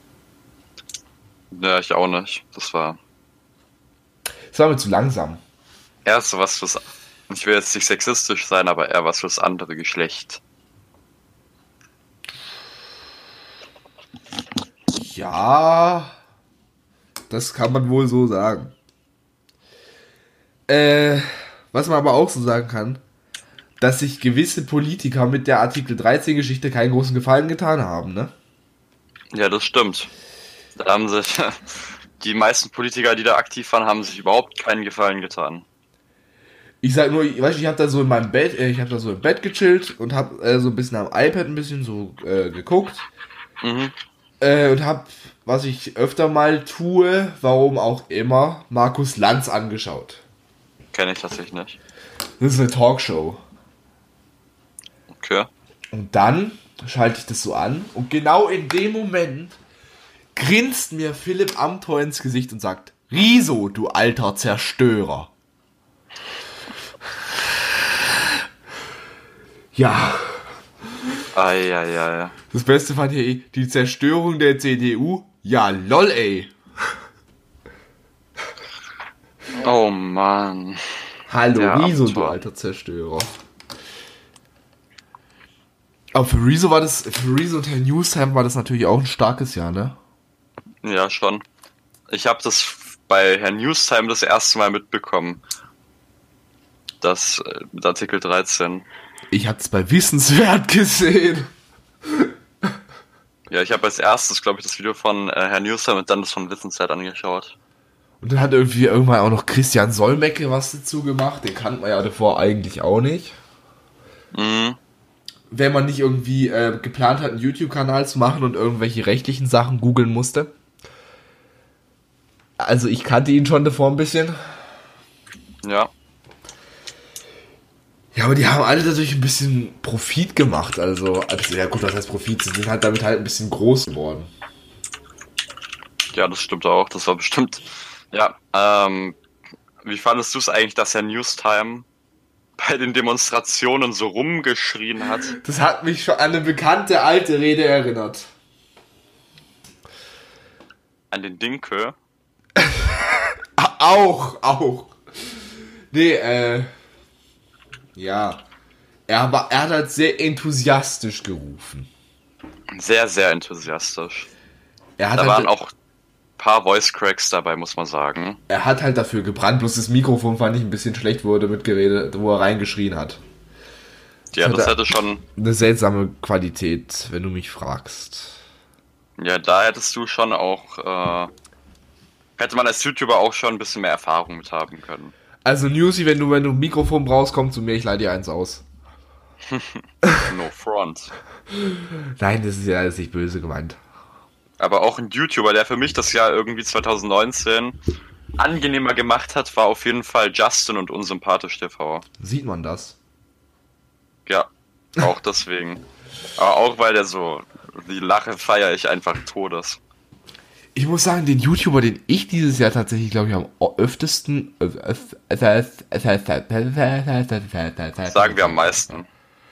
Ja, ich auch nicht. Das war... Das war mir zu langsam. Erst was fürs... Ich will jetzt nicht sexistisch sein, aber eher was fürs andere Geschlecht. Ja... Das kann man wohl so sagen. Äh... Was man aber auch so sagen kann, dass sich gewisse Politiker mit der Artikel dreizehn Geschichte keinen großen Gefallen getan haben, ne? Ja, das stimmt. Da haben sich die meisten Politiker, die da aktiv waren, haben sich überhaupt keinen Gefallen getan. Ich sag nur, ich weiß, ich habe da so in meinem Bett, äh, ich habe da so im Bett gechillt und habe äh, so ein bisschen am iPad ein bisschen so äh, geguckt Mhm. äh, und habe, was ich öfter mal tue, warum auch immer, Markus Lanz angeschaut. Kenne ich tatsächlich nicht. Das ist eine Talkshow. Okay. Und dann schalte ich das so an und genau in dem Moment grinst mir Philipp Amthor ins Gesicht und sagt, Riso, du alter Zerstörer. Ja. Eieiei. Das Beste fand ich eh, die Zerstörung der C D U. Ja, lol, ey. Oh Mann. Hallo, Der Riso, du Amthor. alter Zerstörer. Aber für Rezo war das, für Rezo und Herr Newstime war das natürlich auch ein starkes Jahr, ne? Ja, schon. Ich habe das bei Herrn Newstime das erste Mal mitbekommen. Das äh, mit Artikel dreizehn. Ich hab's bei Wissenswert gesehen. Ja, ich habe als erstes, glaube ich, das Video von äh, Herrn Newstime und dann das von Wissenswert angeschaut. Und dann hat irgendwie irgendwann auch noch Christian Solmecke was dazu gemacht. Den kannte man ja davor eigentlich auch nicht. Mhm. Wenn man nicht irgendwie äh, geplant hat, einen YouTube-Kanal zu machen und irgendwelche rechtlichen Sachen googeln musste. Also ich kannte ihn schon davor ein bisschen. Ja. Ja, aber die haben alle dadurch ein bisschen Profit gemacht. Also, also ja gut, was heißt Profit? Sie sind halt damit halt ein bisschen groß geworden. Ja, das stimmt auch. Das war bestimmt. Ja, ähm, wie fandest du es eigentlich, dass Herr Newstime bei den Demonstrationen so rumgeschrien hat? Das hat mich schon an eine bekannte alte Rede erinnert. An den Dinkel? Auch, auch. Nee, äh. Ja. Er, war, er hat halt sehr enthusiastisch gerufen. Sehr, sehr enthusiastisch. Er hat Da halt, waren auch ein paar Voice Cracks dabei, muss man sagen. Er hat halt dafür gebrannt, bloß das Mikrofon fand ich ein bisschen schlecht, wo er damit geredet, wo er reingeschrien hat. Ja, Das das hat hätte schon. Eine seltsame Qualität, wenn du mich fragst. Ja, da hättest du schon auch. Äh, hätte man als YouTuber auch schon ein bisschen mehr Erfahrung mit haben können. Also Newsy, wenn du, wenn du ein Mikrofon brauchst, komm zu mir, ich leih dir eins aus. No front. Nein, das ist ja alles nicht böse gemeint. Aber auch ein YouTuber, der für mich das Jahr irgendwie zwanzig neunzehn angenehmer gemacht hat, war auf jeden Fall Justin und Unsympathisch T V. Sieht man das? Ja, auch deswegen. Aber auch weil der so, die Lache feiere ich einfach todes. Ich muss sagen, den YouTuber, den ich dieses Jahr tatsächlich, glaube ich, am öftesten... Sagen wir am meisten.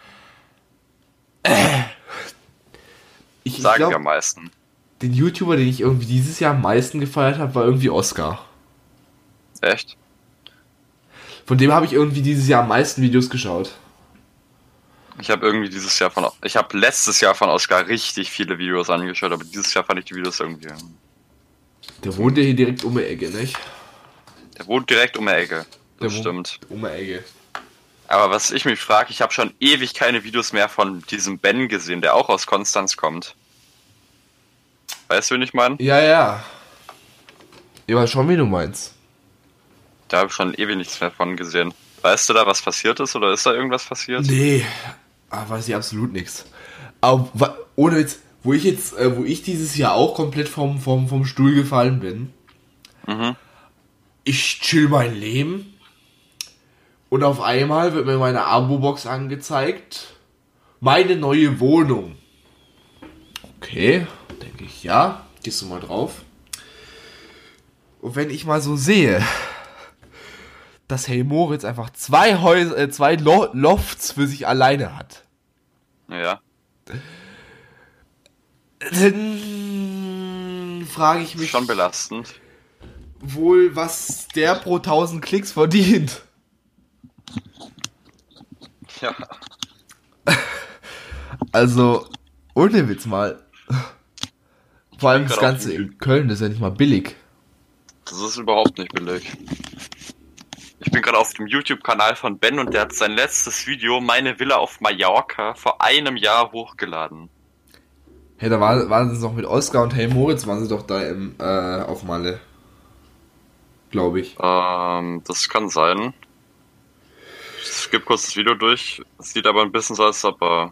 Ich, ich Sagen glaub, wir am meisten. Den YouTuber, den ich irgendwie dieses Jahr am meisten gefeiert habe, war irgendwie Oscar. Echt? Von dem habe ich irgendwie dieses Jahr am meisten Videos geschaut. Ich habe irgendwie dieses Jahr von... Ich habe letztes Jahr von Oscar richtig viele Videos angeschaut, aber dieses Jahr fand ich die Videos irgendwie... Der wohnt ja hier direkt um die Ecke, nicht? Der wohnt direkt um die Ecke. Das Der stimmt. Um die Ecke. Aber was ich mich frage, ich habe schon ewig keine Videos mehr von diesem Ben gesehen, der auch aus Konstanz kommt. Weißt du, wen ich meine? Ja, ja. Ich weiß schon, wie du meinst. Da habe ich schon ewig nichts mehr von gesehen. Weißt du da, was passiert ist oder ist da irgendwas passiert? Nee, ah, weiß ich absolut nichts. Aber wa- ohne Witz, wo ich jetzt, äh, wo ich dieses Jahr auch komplett vom, vom, vom Stuhl gefallen bin, Mhm. ich chill mein Leben und auf einmal wird mir meine Abo-Box angezeigt, meine neue Wohnung. Okay, denke ich, ja, gehst du mal drauf. Und wenn ich mal so sehe, dass Hey Moritz einfach zwei Häuser, äh, zwei Lo- Lofts für sich alleine hat, Ja. dann frage ich mich Schon belastend. wohl, was der pro tausend Klicks verdient. Ja. Also, ohne Witz mal. Vor allem bin das grad auf Ganze YouTube. in Köln, das ist ja nicht mal billig. Das ist überhaupt nicht billig. Ich bin gerade auf dem YouTube-Kanal von Ben und der hat sein letztes Video, meine Villa auf Mallorca, vor einem Jahr hochgeladen. Hey, da war, waren sie noch mit Oscar und Hey Moritz, waren sie doch da im, äh, auf Malle. Glaube ich. Ähm, das kann sein. Ich skippe kurz das Video durch. Es sieht aber ein bisschen so aus, als ob er...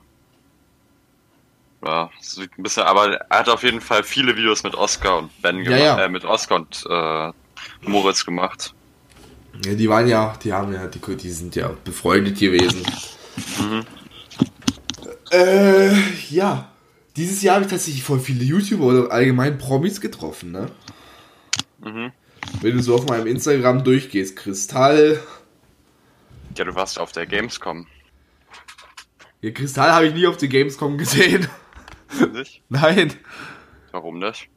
Ja, es sieht ein bisschen... Aber er hat auf jeden Fall viele Videos mit Oscar und Ben gemacht. Ja, ja. Äh, mit Oscar und äh, Moritz gemacht. Ja, die waren ja, die haben ja, die, die sind ja befreundet gewesen. Mhm. Äh, ja. Dieses Jahr habe ich tatsächlich voll viele YouTuber oder allgemein Promis getroffen, ne? Mhm. Wenn du so auf meinem Instagram durchgehst, Kristall. Ja, du warst auf der Gamescom. Ja, Kristall habe ich nie auf der Gamescom gesehen. Nicht? Nein. Warum nicht?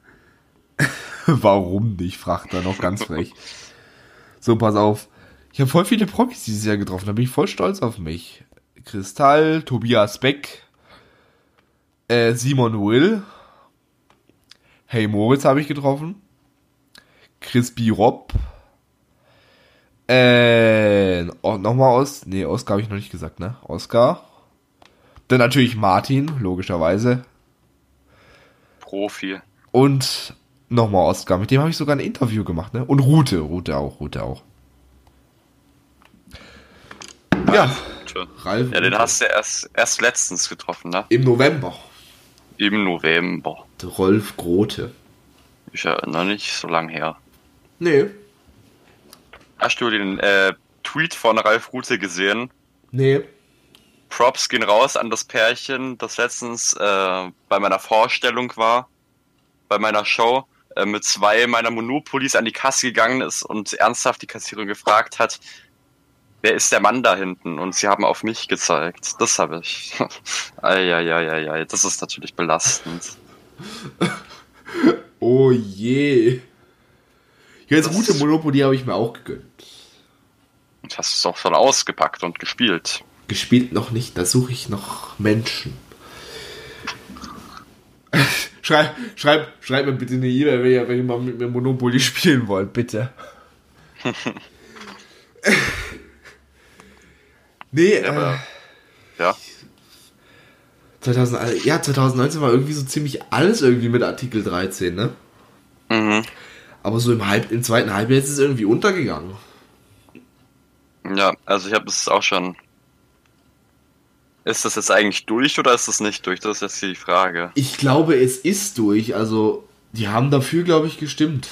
Warum nicht, fragt er noch ganz frech. So, pass auf. Ich habe voll viele Promis dieses Jahr getroffen, da bin ich voll stolz auf mich. Kristall, Tobias Beck, äh, Simon Will, Hey Moritz habe ich getroffen, Crispy Rob, äh, oh, nochmal aus, nee, Oscar habe ich noch nicht gesagt, ne? Oscar. Dann natürlich Martin, logischerweise. Profi. Und nochmal Oscar, mit dem habe ich sogar ein Interview gemacht, ne? Und Rute, Rute auch, Rute auch. Ja, Ralf. Ja, den hast du erst, erst letztens getroffen, ne? Im November. Im November. Der Rolf Grote. Ist ja noch nicht so lang her. Nee. Hast du den äh, Tweet von Ralf Rute gesehen? Nee. Props gehen raus an das Pärchen, das letztens äh, bei meiner Vorstellung war, bei meiner Show, äh, mit zwei meiner Monopolies an die Kasse gegangen ist und ernsthaft die Kassiererin gefragt hat, wer ist der Mann da hinten? Und sie haben auf mich gezeigt. Das habe ich. Eieieiei, das ist natürlich belastend. Oh je. Ja, jetzt gute Monopoly habe ich mir auch gegönnt. Und hast es auch schon ausgepackt und gespielt. Gespielt noch nicht, da suche ich noch Menschen. schreib, schreib, schreib mir bitte eine E-Mail, wenn ihr, wenn ihr mal mit mir Monopoly spielen wollt, bitte. Nee, ja, äh, ja. zweitausend, ja, zwanzig neunzehn war irgendwie so ziemlich alles irgendwie mit Artikel dreizehn, ne? Mhm. Aber so im, Halb, im zweiten Halbjahr ist es irgendwie untergegangen. Ja, also ich habe es auch schon. Ist das jetzt eigentlich durch oder ist das nicht durch? Das ist jetzt hier die Frage. Ich glaube, es ist durch. Also, die haben dafür, glaube ich, gestimmt.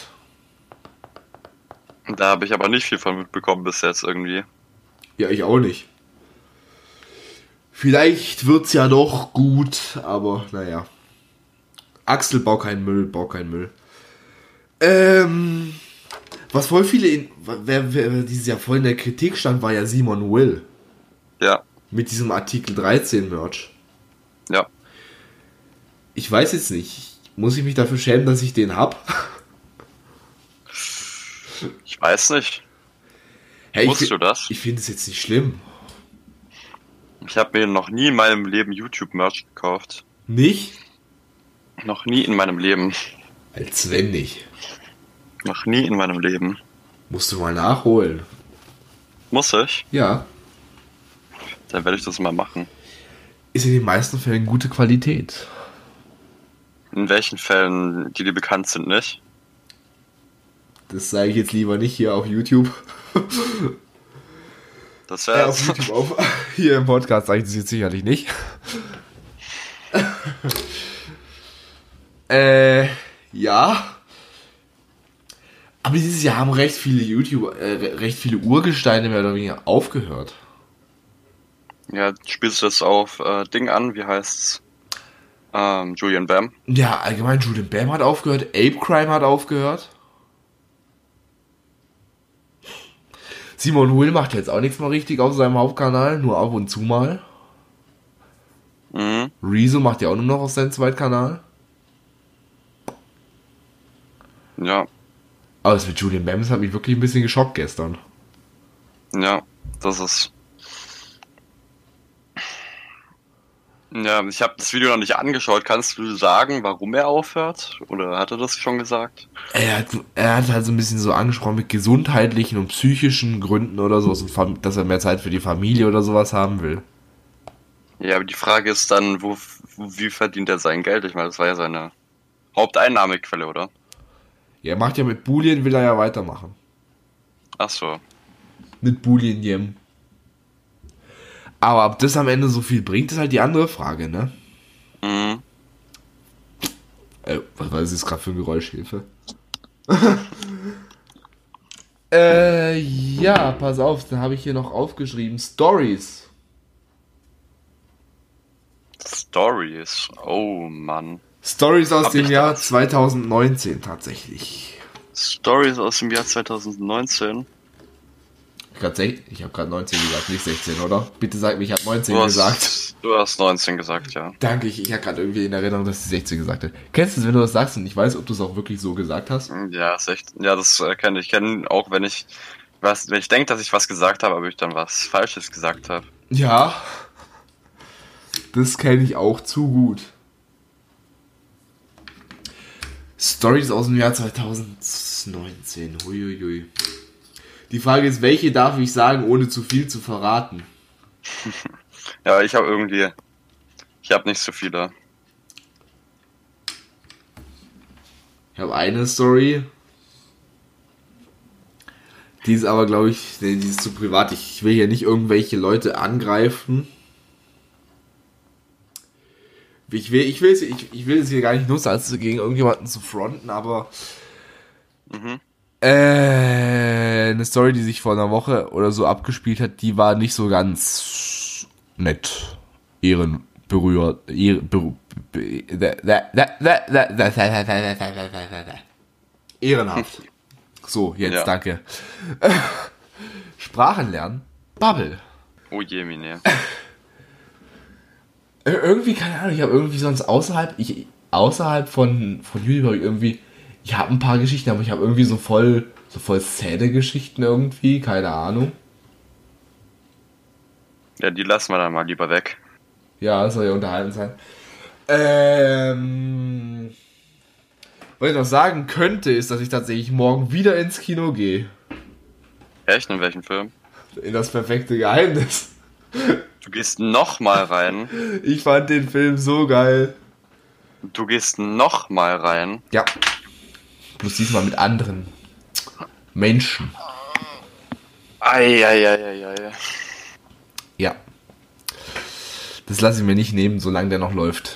Da habe ich aber nicht viel von mitbekommen bis jetzt irgendwie. Ja, ich auch nicht. Vielleicht wird's ja doch gut, aber naja. Axel, bau keinen Müll, bau keinen Müll. Ähm, was voll viele, in, wer, wer dieses Jahr voll in der Kritik stand, war ja Simon Will. Ja. Mit diesem Artikel dreizehn Merch. Ja. Ich weiß jetzt nicht. Muss ich mich dafür schämen, dass ich den hab? Ich weiß nicht. Hey, Musst ich, du das? Ich finde es jetzt nicht schlimm. Ich habe mir noch nie in meinem Leben YouTube-Merch gekauft. Nicht? Noch nie in meinem Leben. Als wenn nicht. Noch nie in meinem Leben. Musst du mal nachholen. Muss ich? Ja. Dann werde ich das mal machen. Ist in den meisten Fällen gute Qualität. In welchen Fällen, die dir bekannt sind, nicht? Das sage ich jetzt lieber nicht hier auf YouTube. Das äh, wäre auf YouTube auf. Hier im Podcast sage ich das jetzt sicherlich nicht. äh, ja. Aber dieses Jahr haben recht viele YouTuber, äh, recht viele Urgesteine mehr oder weniger aufgehört. Ja, spielst du das auf äh, Ding an, wie heißt's? Ähm, Julian Bam. Ja, allgemein Julian Bam hat aufgehört, Ape Crime hat aufgehört. Simon Will macht jetzt auch nichts mehr richtig auf seinem Hauptkanal, nur ab und zu mal. Mhm. Rezo macht ja auch nur noch auf seinem Zweitkanal. Ja. Aber das mit Julian Bam, das hat mich wirklich ein bisschen geschockt gestern. Ja, das ist... Ja, ich habe das Video noch nicht angeschaut. Kannst du sagen, warum er aufhört? Oder hat er das schon gesagt? Er hat, er hat halt so ein bisschen so angesprochen mit gesundheitlichen und psychischen Gründen oder so, dass er mehr Zeit für die Familie oder sowas haben will. Ja, aber die Frage ist dann, wo, wie verdient er sein Geld? Ich meine, das war ja seine Haupteinnahmequelle, oder? Ja, er macht ja mit Boolean, will er ja weitermachen. Ach so. Mit Boolean Yem. Aber ob das am Ende so viel bringt, ist halt die andere Frage, ne? Mhm. Äh, was war das jetzt gerade für ein Geräusch? Hilfe. äh, ja, pass auf, dann habe ich hier noch aufgeschrieben. Stories. Stories. Oh Mann. Stories aus Hab dem ich Jahr das? zwanzig neunzehn tatsächlich. Stories aus dem Jahr zwanzig neunzehn. Grad sech- Ich habe gerade neunzehn gesagt, nicht sechzehn, oder? Bitte sag mir, ich habe neunzehn Du gesagt. hast, du hast neunzehn gesagt, ja. Danke, ich, ich habe gerade irgendwie in Erinnerung, dass ich sechzehn gesagt habe. Kennst du es, wenn du das sagst und ich weiß, ob du es auch wirklich so gesagt hast? Ja, sechzehn. Ja, das äh, kenne ich. Ich kenne auch, wenn ich was, wenn ich denke, dass ich was gesagt habe, aber ich dann was Falsches gesagt habe. Ja, das kenne ich auch zu gut. Stories aus dem Jahr zwanzig neunzehn. Huiuiui. Die Frage ist, welche darf ich sagen, ohne zu viel zu verraten? Ja, ich habe irgendwie, ich habe nicht so viele. Ich habe eine Story. Die ist aber, glaube ich, nee, die ist zu privat. Ich will hier nicht irgendwelche Leute angreifen. Ich will, ich will, es- ich, ich will es hier gar nicht nutzen, als gegen irgendjemanden zu fronten, aber Mhm. äh, eine Story, die sich vor einer Woche oder so abgespielt hat, die war nicht so ganz nett. Ehrenberührt. Ehren, beru, be, da, da, da, da, da, da, da, da, da, da, da, da. Ehrenhaft. So, jetzt Ja. danke. Sprachen lernen. Bubble. Oh je, Mine. Ir- Irgendwie, keine Ahnung, ich habe irgendwie sonst außerhalb, ich, außerhalb von, von YouTube habe ich irgendwie, ich habe ein paar Geschichten, aber ich habe irgendwie so voll, so voll sad Geschichten irgendwie, keine Ahnung. Ja, die lassen wir dann mal lieber weg. Ja, das soll ja unterhalten sein. Ähm, was ich noch sagen könnte, ist, dass ich tatsächlich morgen wieder ins Kino gehe. Echt? In welchem Film? In das perfekte Geheimnis. Du gehst noch mal rein. Ich fand den Film so geil. Du gehst noch mal rein. Ja. Bloß diesmal mit anderen Menschen. Eieieiei. Ja. Das lasse ich mir nicht nehmen, solange der noch läuft.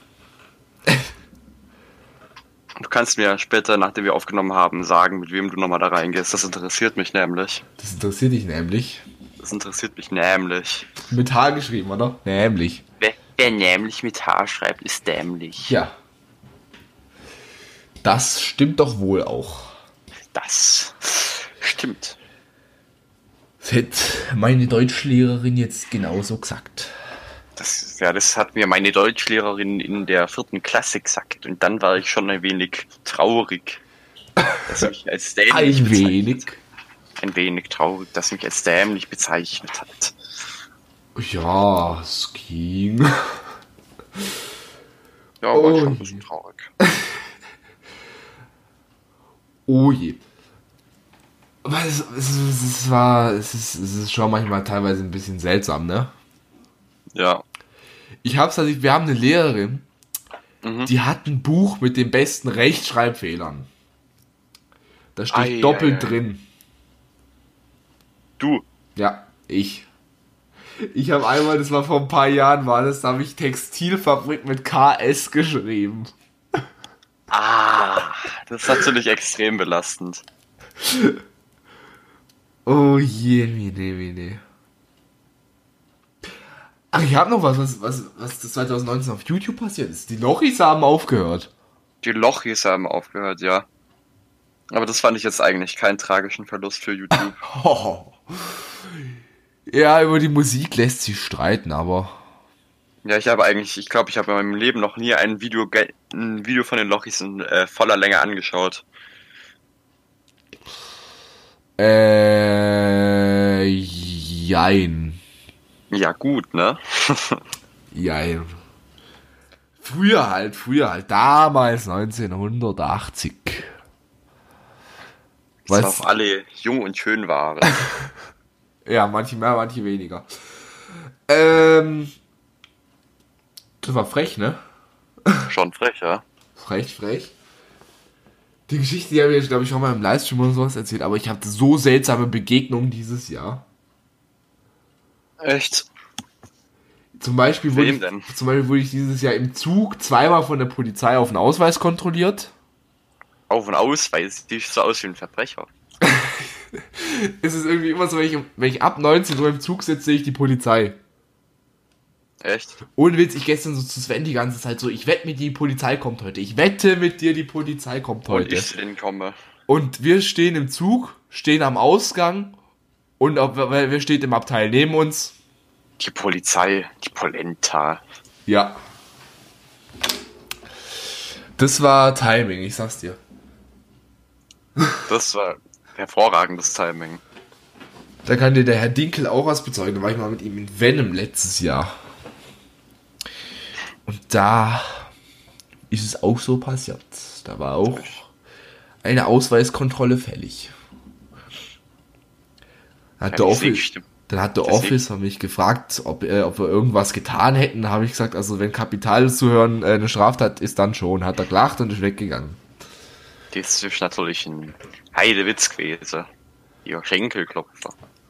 Du kannst mir später, nachdem wir aufgenommen haben, sagen, mit wem du nochmal da reingehst. Das interessiert mich nämlich. Das interessiert dich nämlich. Das interessiert mich nämlich. Mit H geschrieben, oder? Nämlich. Wer, wer nämlich mit H schreibt, ist dämlich. Ja. Das stimmt doch wohl auch. Das stimmt. Das hätte meine Deutschlehrerin jetzt genauso gesagt. Das, ja, das hat mir meine Deutschlehrerin in der vierten Klasse gesagt. Und dann war ich schon ein wenig traurig, dass sie mich als dämlich Ein bezeichnet. wenig. Ein wenig traurig, dass sie mich als dämlich bezeichnet hat. Ja, es ging. Ja, war Oh schon ein je. bisschen traurig. Oh je. Aber es, es, es, es war, es ist, es ist schon manchmal teilweise ein bisschen seltsam, ne? Ja. Ich hab's also, wir haben eine Lehrerin, Mhm. die hat ein Buch mit den besten Rechtschreibfehlern. Da steht Ei, doppelt ei, ei. drin. Du. Ja, ich. Ich habe einmal, das war vor ein paar Jahren, war das, da habe ich Textilfabrik mit K S geschrieben. Ah, das ist natürlich extrem belastend. Oh je, mine, mine. Ach, ich habe noch was, was, was, was das zwanzig neunzehn auf YouTube passiert ist. Die Lochis haben aufgehört. Die Lochis haben aufgehört, ja. Aber das fand ich jetzt eigentlich keinen tragischen Verlust für YouTube. Oh. Ja, über die Musik lässt sich streiten, aber Ja, ich habe eigentlich, ich glaube, ich habe in meinem Leben noch nie ein Video, ge- ein Video von den Lochis in äh, voller Länge angeschaut. äh, jein. Ja, gut, ne? Jein. Früher halt, früher halt, damals neunzehnhundertachtzig. Dass Was? auch alle jung und schön waren. Ja, manche mehr, manche weniger. Ähm, das war frech, ne? Schon frech, ja? Frech, frech. Die Geschichte, die habe ich jetzt, glaube ich, schon mal im Livestream oder sowas erzählt, aber ich hatte so seltsame Begegnungen dieses Jahr. Echt? Zum Beispiel, wurde Wem ich, denn? zum Beispiel wurde ich dieses Jahr im Zug zweimal von der Polizei auf den Ausweis kontrolliert. Auf und Ausweis, die sieht so aus wie ein Verbrecher. Es ist irgendwie immer so, wenn ich, wenn ich ab neunzehn Uhr im Zug sitze, sehe ich die Polizei. Echt? Ohne Witz, ich gestern so zu Sven die ganze Zeit so, ich wette mit dir, die Polizei kommt heute. Ich wette mit dir, die Polizei kommt Und heute. ich zu denen komme. Und wir stehen im Zug, stehen am Ausgang und auf, wer steht im Abteil neben uns? Die Polizei, die Polenta. Ja. Das war Timing, ich sag's dir. Das war hervorragendes Timing. Da kann dir der Herr Dinkel auch was bezeugen. Da war ich mal mit ihm in Venom letztes Jahr. Und da ist es auch so passiert. Da war auch eine Ausweiskontrolle fällig. Hat der Office, dann hat der Officer mich gefragt, ob, äh, ob wir irgendwas getan hätten. Da habe ich gesagt, also wenn Kapital zuhören äh, eine Straftat ist, dann schon. Hat er gelacht und ist weggegangen. Das ist natürlich ein Heidewitz gewesen. Ihr Schenkelklopfer.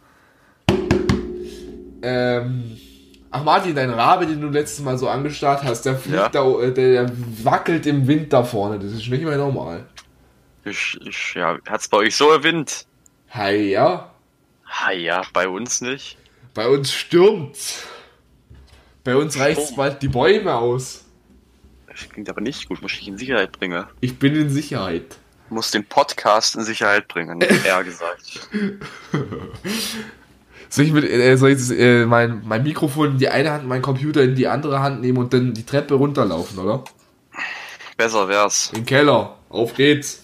Ähm, ach Martin, dein Rabe, den du letztes Mal so angestarrt hast, der fliegt Ja. da, äh, der, der wackelt im Wind da vorne. Das ist nicht mehr normal. Ich, ich, ja, hat's bei euch so erwindet? Hi, ja. Ha ja, bei uns nicht. Bei uns stürmt's. Bei uns reißt's Sturm. bald die Bäume aus. Das klingt aber nicht gut, muss ich in Sicherheit bringen. Ich bin in Sicherheit. Muss den Podcast in Sicherheit bringen, eher gesagt. Soll ich, mit, äh, soll ich das, äh, mein, mein Mikrofon in die eine Hand, mein Computer in die andere Hand nehmen und dann die Treppe runterlaufen, oder? Besser wär's. In den Keller. Auf geht's.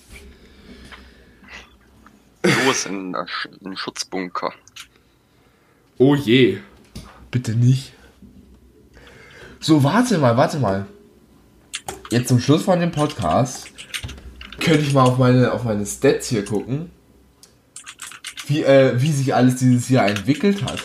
Los in den Schutzbunker. Oh je. Bitte nicht. So, warte mal, warte mal. Jetzt zum Schluss von dem Podcast könnte ich mal auf meine, auf meine Stats hier gucken, wie, äh, wie sich alles dieses Jahr entwickelt hat.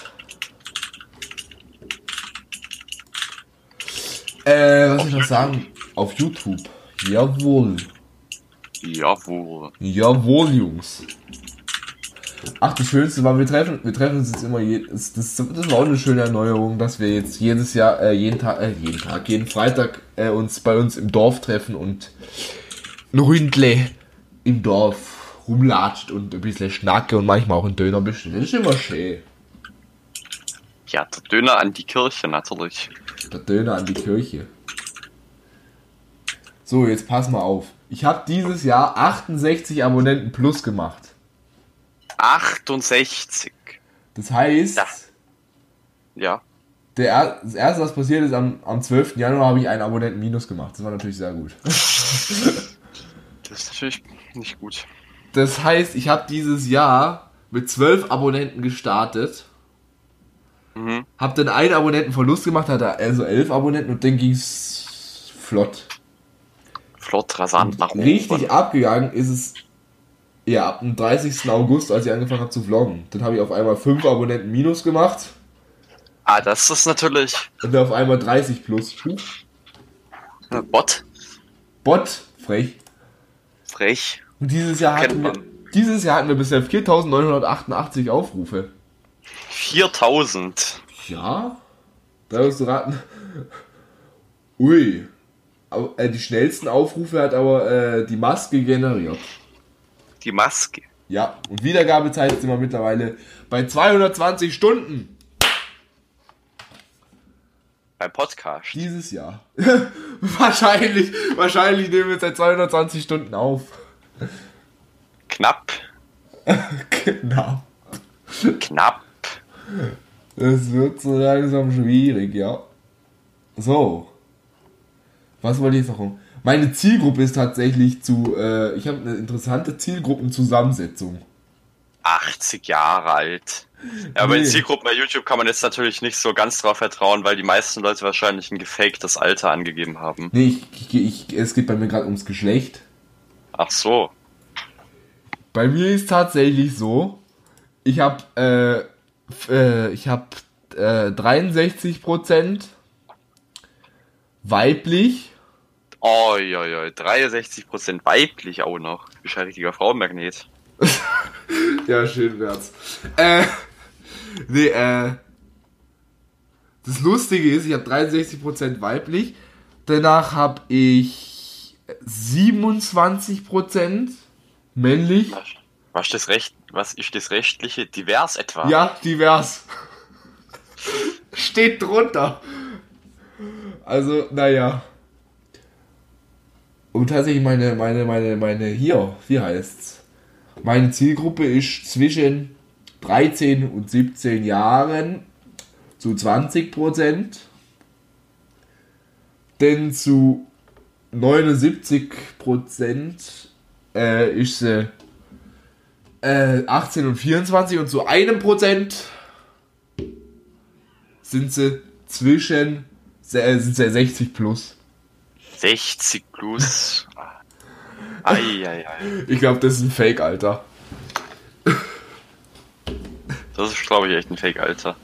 Äh, was soll ich noch sagen? Auf YouTube. Jawohl. Jawohl. Jawohl, Jungs. Ach, das Schönste war, wir treffen, wir treffen uns jetzt immer, je, das, das, das war auch eine schöne Erneuerung, dass wir jetzt jedes Jahr, äh, jeden Tag, äh, jeden Tag, jeden Freitag äh, uns bei uns im Dorf treffen und ein Ründle im Dorf rumlatscht und ein bisschen schnacke und manchmal auch einen Döner bestellt. Das ist immer schön. Ja, der Döner an die Kirche natürlich. Der Döner an die Kirche. So, jetzt pass mal auf. Ich habe dieses Jahr achtundsechzig Abonnenten plus gemacht. achtundsechzig. Das heißt, Ja. Ja. der er, das erste, was passiert ist, am, am zwölften Januar habe ich einen Abonnenten minus gemacht. Das war natürlich sehr gut. Das ist natürlich nicht gut. Das heißt, ich habe dieses Jahr mit zwölf Abonnenten gestartet. Mhm. Hab dann einen Abonnentenverlust gemacht, hatte also elf Abonnenten und dann ging's flott. Flott, rasant nach oben. Richtig abgegangen ist es ja ab dem dreißigsten August, als ich angefangen habe zu vloggen. Dann habe ich auf einmal fünf Abonnenten minus gemacht Ah, das ist natürlich und dann auf einmal dreißig plus. Huh. äh, Bot. Bot, frech. Frech. Und dieses Jahr hatten Kennt wir, man. dieses Jahr hatten wir bisher viertausendneunhundertachtundachtzig Aufrufe. viertausend. Ja? Da wirst du raten. Ui. Aber, äh, die schnellsten Aufrufe hat aber äh, die Maske generiert. Die Maske. Ja, und Wiedergabezeit sind wir mittlerweile bei zweihundertzwanzig Stunden Beim Podcast. dieses Jahr. wahrscheinlich, wahrscheinlich nehmen wir jetzt seit zweihundertzwanzig Stunden auf. Knapp. Genau. Knapp. Das wird so langsam schwierig, ja. So. Was wollte ich jetzt noch? Meine Zielgruppe ist tatsächlich zu, äh, ich habe eine interessante Zielgruppenzusammensetzung. achtzig Jahre alt. Ja, aber in Nee. Zielgruppen bei YouTube kann man jetzt natürlich nicht so ganz drauf vertrauen, weil die meisten Leute wahrscheinlich ein gefaktes Alter angegeben haben. Nee, ich, ich, ich, es geht bei mir gerade ums Geschlecht. Ach so. Bei mir ist tatsächlich so, ich habe äh, f- äh, ich habe äh, dreiundsechzig Prozent weiblich. Oh, ja, ja, dreiundsechzig Prozent weiblich auch noch. Du bist ein richtiger Frauenmagnet. Ja, schön wär's. Äh, nee, äh, das Lustige ist, ich habe dreiundsechzig Prozent weiblich, danach habe ich siebenundzwanzig Prozent männlich. Was, was, das Recht, was ist das rechtliche? Divers etwa? Ja, divers. Steht drunter. Also, naja. Und tatsächlich meine, meine, meine, meine, hier, wie heißt's? Meine Zielgruppe ist zwischen dreizehn und siebzehn Jahren zu zwanzig Prozent. Denn zu neunundsiebzig Prozent äh, ist sie äh, achtzehn und vierundzwanzig und zu einem Prozent sind sie zwischen äh, sind sie sechzig plus. sechzig plus. Eieiei. Ich glaube, das ist ein Fake, Alter. Das ist, glaube ich, echt ein Fake, Alter.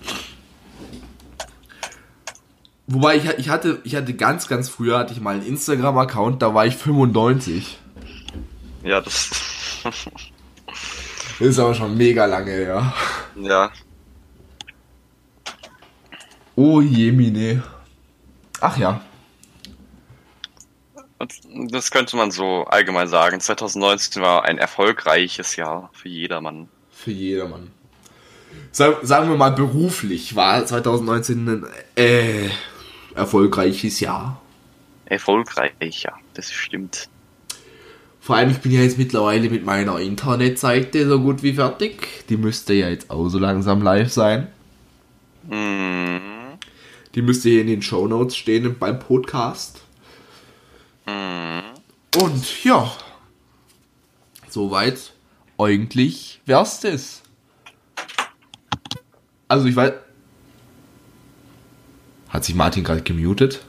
Wobei, ich, ich, hatte, ich hatte ganz, ganz früher hatte ich mal einen Instagram-Account, da war ich fünfundneunzig. Ja, das... Das ist aber schon mega lange her. Ja. Oh jemine. Ach ja. Das könnte man so allgemein sagen. zwanzig neunzehn war ein erfolgreiches Jahr für jedermann. Für jedermann. Sag, sagen wir mal, beruflich war zwanzig neunzehn ein äh, erfolgreiches Jahr. Erfolgreich, ja, das stimmt. Vor allem, ich bin ja jetzt mittlerweile mit meiner Internetseite so gut wie fertig. Die müsste ja jetzt auch so langsam live sein. Mm. Die müsste hier in den Shownotes stehen beim Podcast. Mm. Und ja, soweit eigentlich wär's das. Also ich weiß... Hat sich Martin gerade gemutet?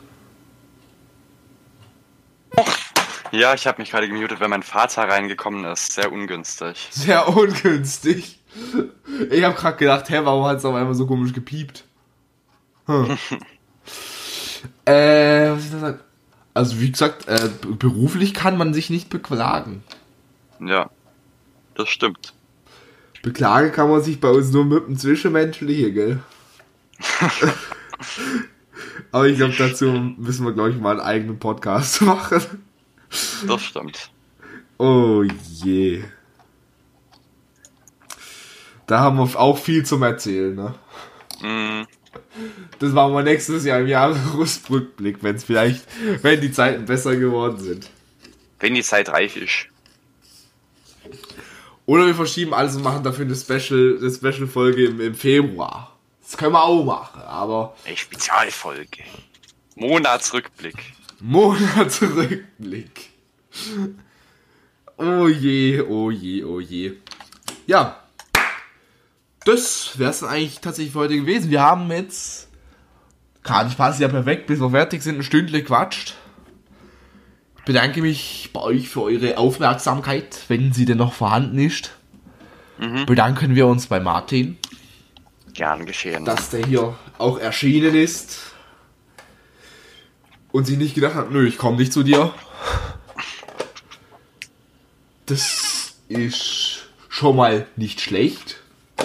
Ja, ich habe mich gerade gemutet, weil mein Vater reingekommen ist. Sehr ungünstig. Sehr ungünstig. Ich habe gerade gedacht, hä, warum hat es auf einmal so komisch gepiept? Hm. äh, was ich da sagen? Also wie gesagt, äh, beruflich kann man sich nicht beklagen. Ja, das stimmt. Beklagen kann man sich bei uns nur mit dem Zwischenmenschlichen, gell? Aber ich glaube, dazu müssen wir, glaube ich, mal einen eigenen Podcast machen. Das stimmt. Oh je. Da haben wir auch viel zum Erzählen, ne? Mm. Das machen wir nächstes Jahr im Jahresrückblick, wenn es vielleicht, wenn die Zeiten besser geworden sind. Wenn die Zeit reif ist. Oder wir verschieben alles und machen dafür eine Special, eine Special-Folge im, im Februar. Das können wir auch machen, aber... Eine Spezialfolge. Monatsrückblick. Monatsrückblick. Oh je, oh je, oh je. Ja. Das wäre es dann eigentlich tatsächlich für heute gewesen. Wir haben jetzt... Gerade ich passe ja perfekt, bis wir fertig sind, ein Stündchen quatscht. Ich bedanke mich bei euch für eure Aufmerksamkeit, wenn sie denn noch vorhanden ist. Mhm. Bedanken wir uns bei Martin. Gern geschehen. Dass der hier auch erschienen ist. Und sich nicht gedacht hat, nö, ich komme nicht zu dir. Das ist schon mal nicht schlecht.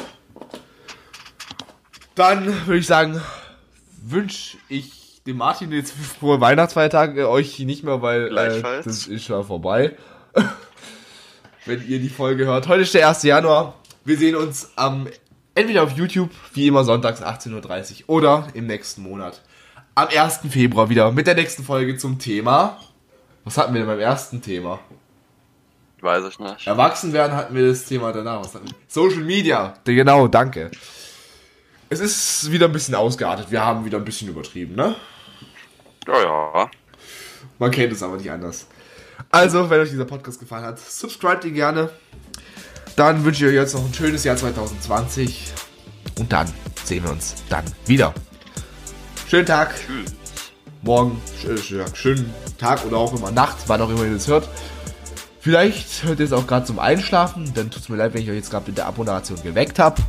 Dann würde ich sagen, wünsche ich dem Martin jetzt frohe Weihnachtsfeiertage, euch nicht mehr, weil äh, das ist ja vorbei. Wenn ihr die Folge hört. Heute ist der erste Januar. Wir sehen uns am entweder auf YouTube, wie immer sonntags achtzehn Uhr dreißig oder im nächsten Monat. Am ersten Februar wieder mit der nächsten Folge zum Thema. Was hatten wir denn beim ersten Thema? Weiß ich nicht. Erwachsen werden hatten wir das Thema danach. Was hatten wir? Social Media. Genau, danke. Es ist wieder ein bisschen ausgeartet. Wir haben wieder ein bisschen übertrieben, ne? Ja, ja. Man kennt es aber nicht anders. Also, wenn euch dieser Podcast gefallen hat, subscribt ihn gerne. Dann wünsche ich euch jetzt noch ein schönes Jahr zwanzig zwanzig. Und dann sehen wir uns dann wieder. Schönen Tag. Tschüss. Morgen, schönen Tag oder auch immer Nacht, wann auch immer ihr das hört. Vielleicht hört ihr es auch gerade zum Einschlafen. Dann tut es mir leid, wenn ich euch jetzt gerade mit der Abonation geweckt habe.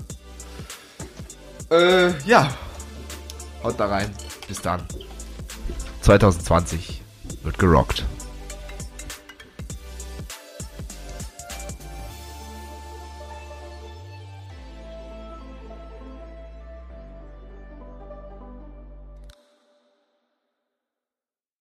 äh, ja. Haut da rein. Bis dann. zwanzig zwanzig wird gerockt.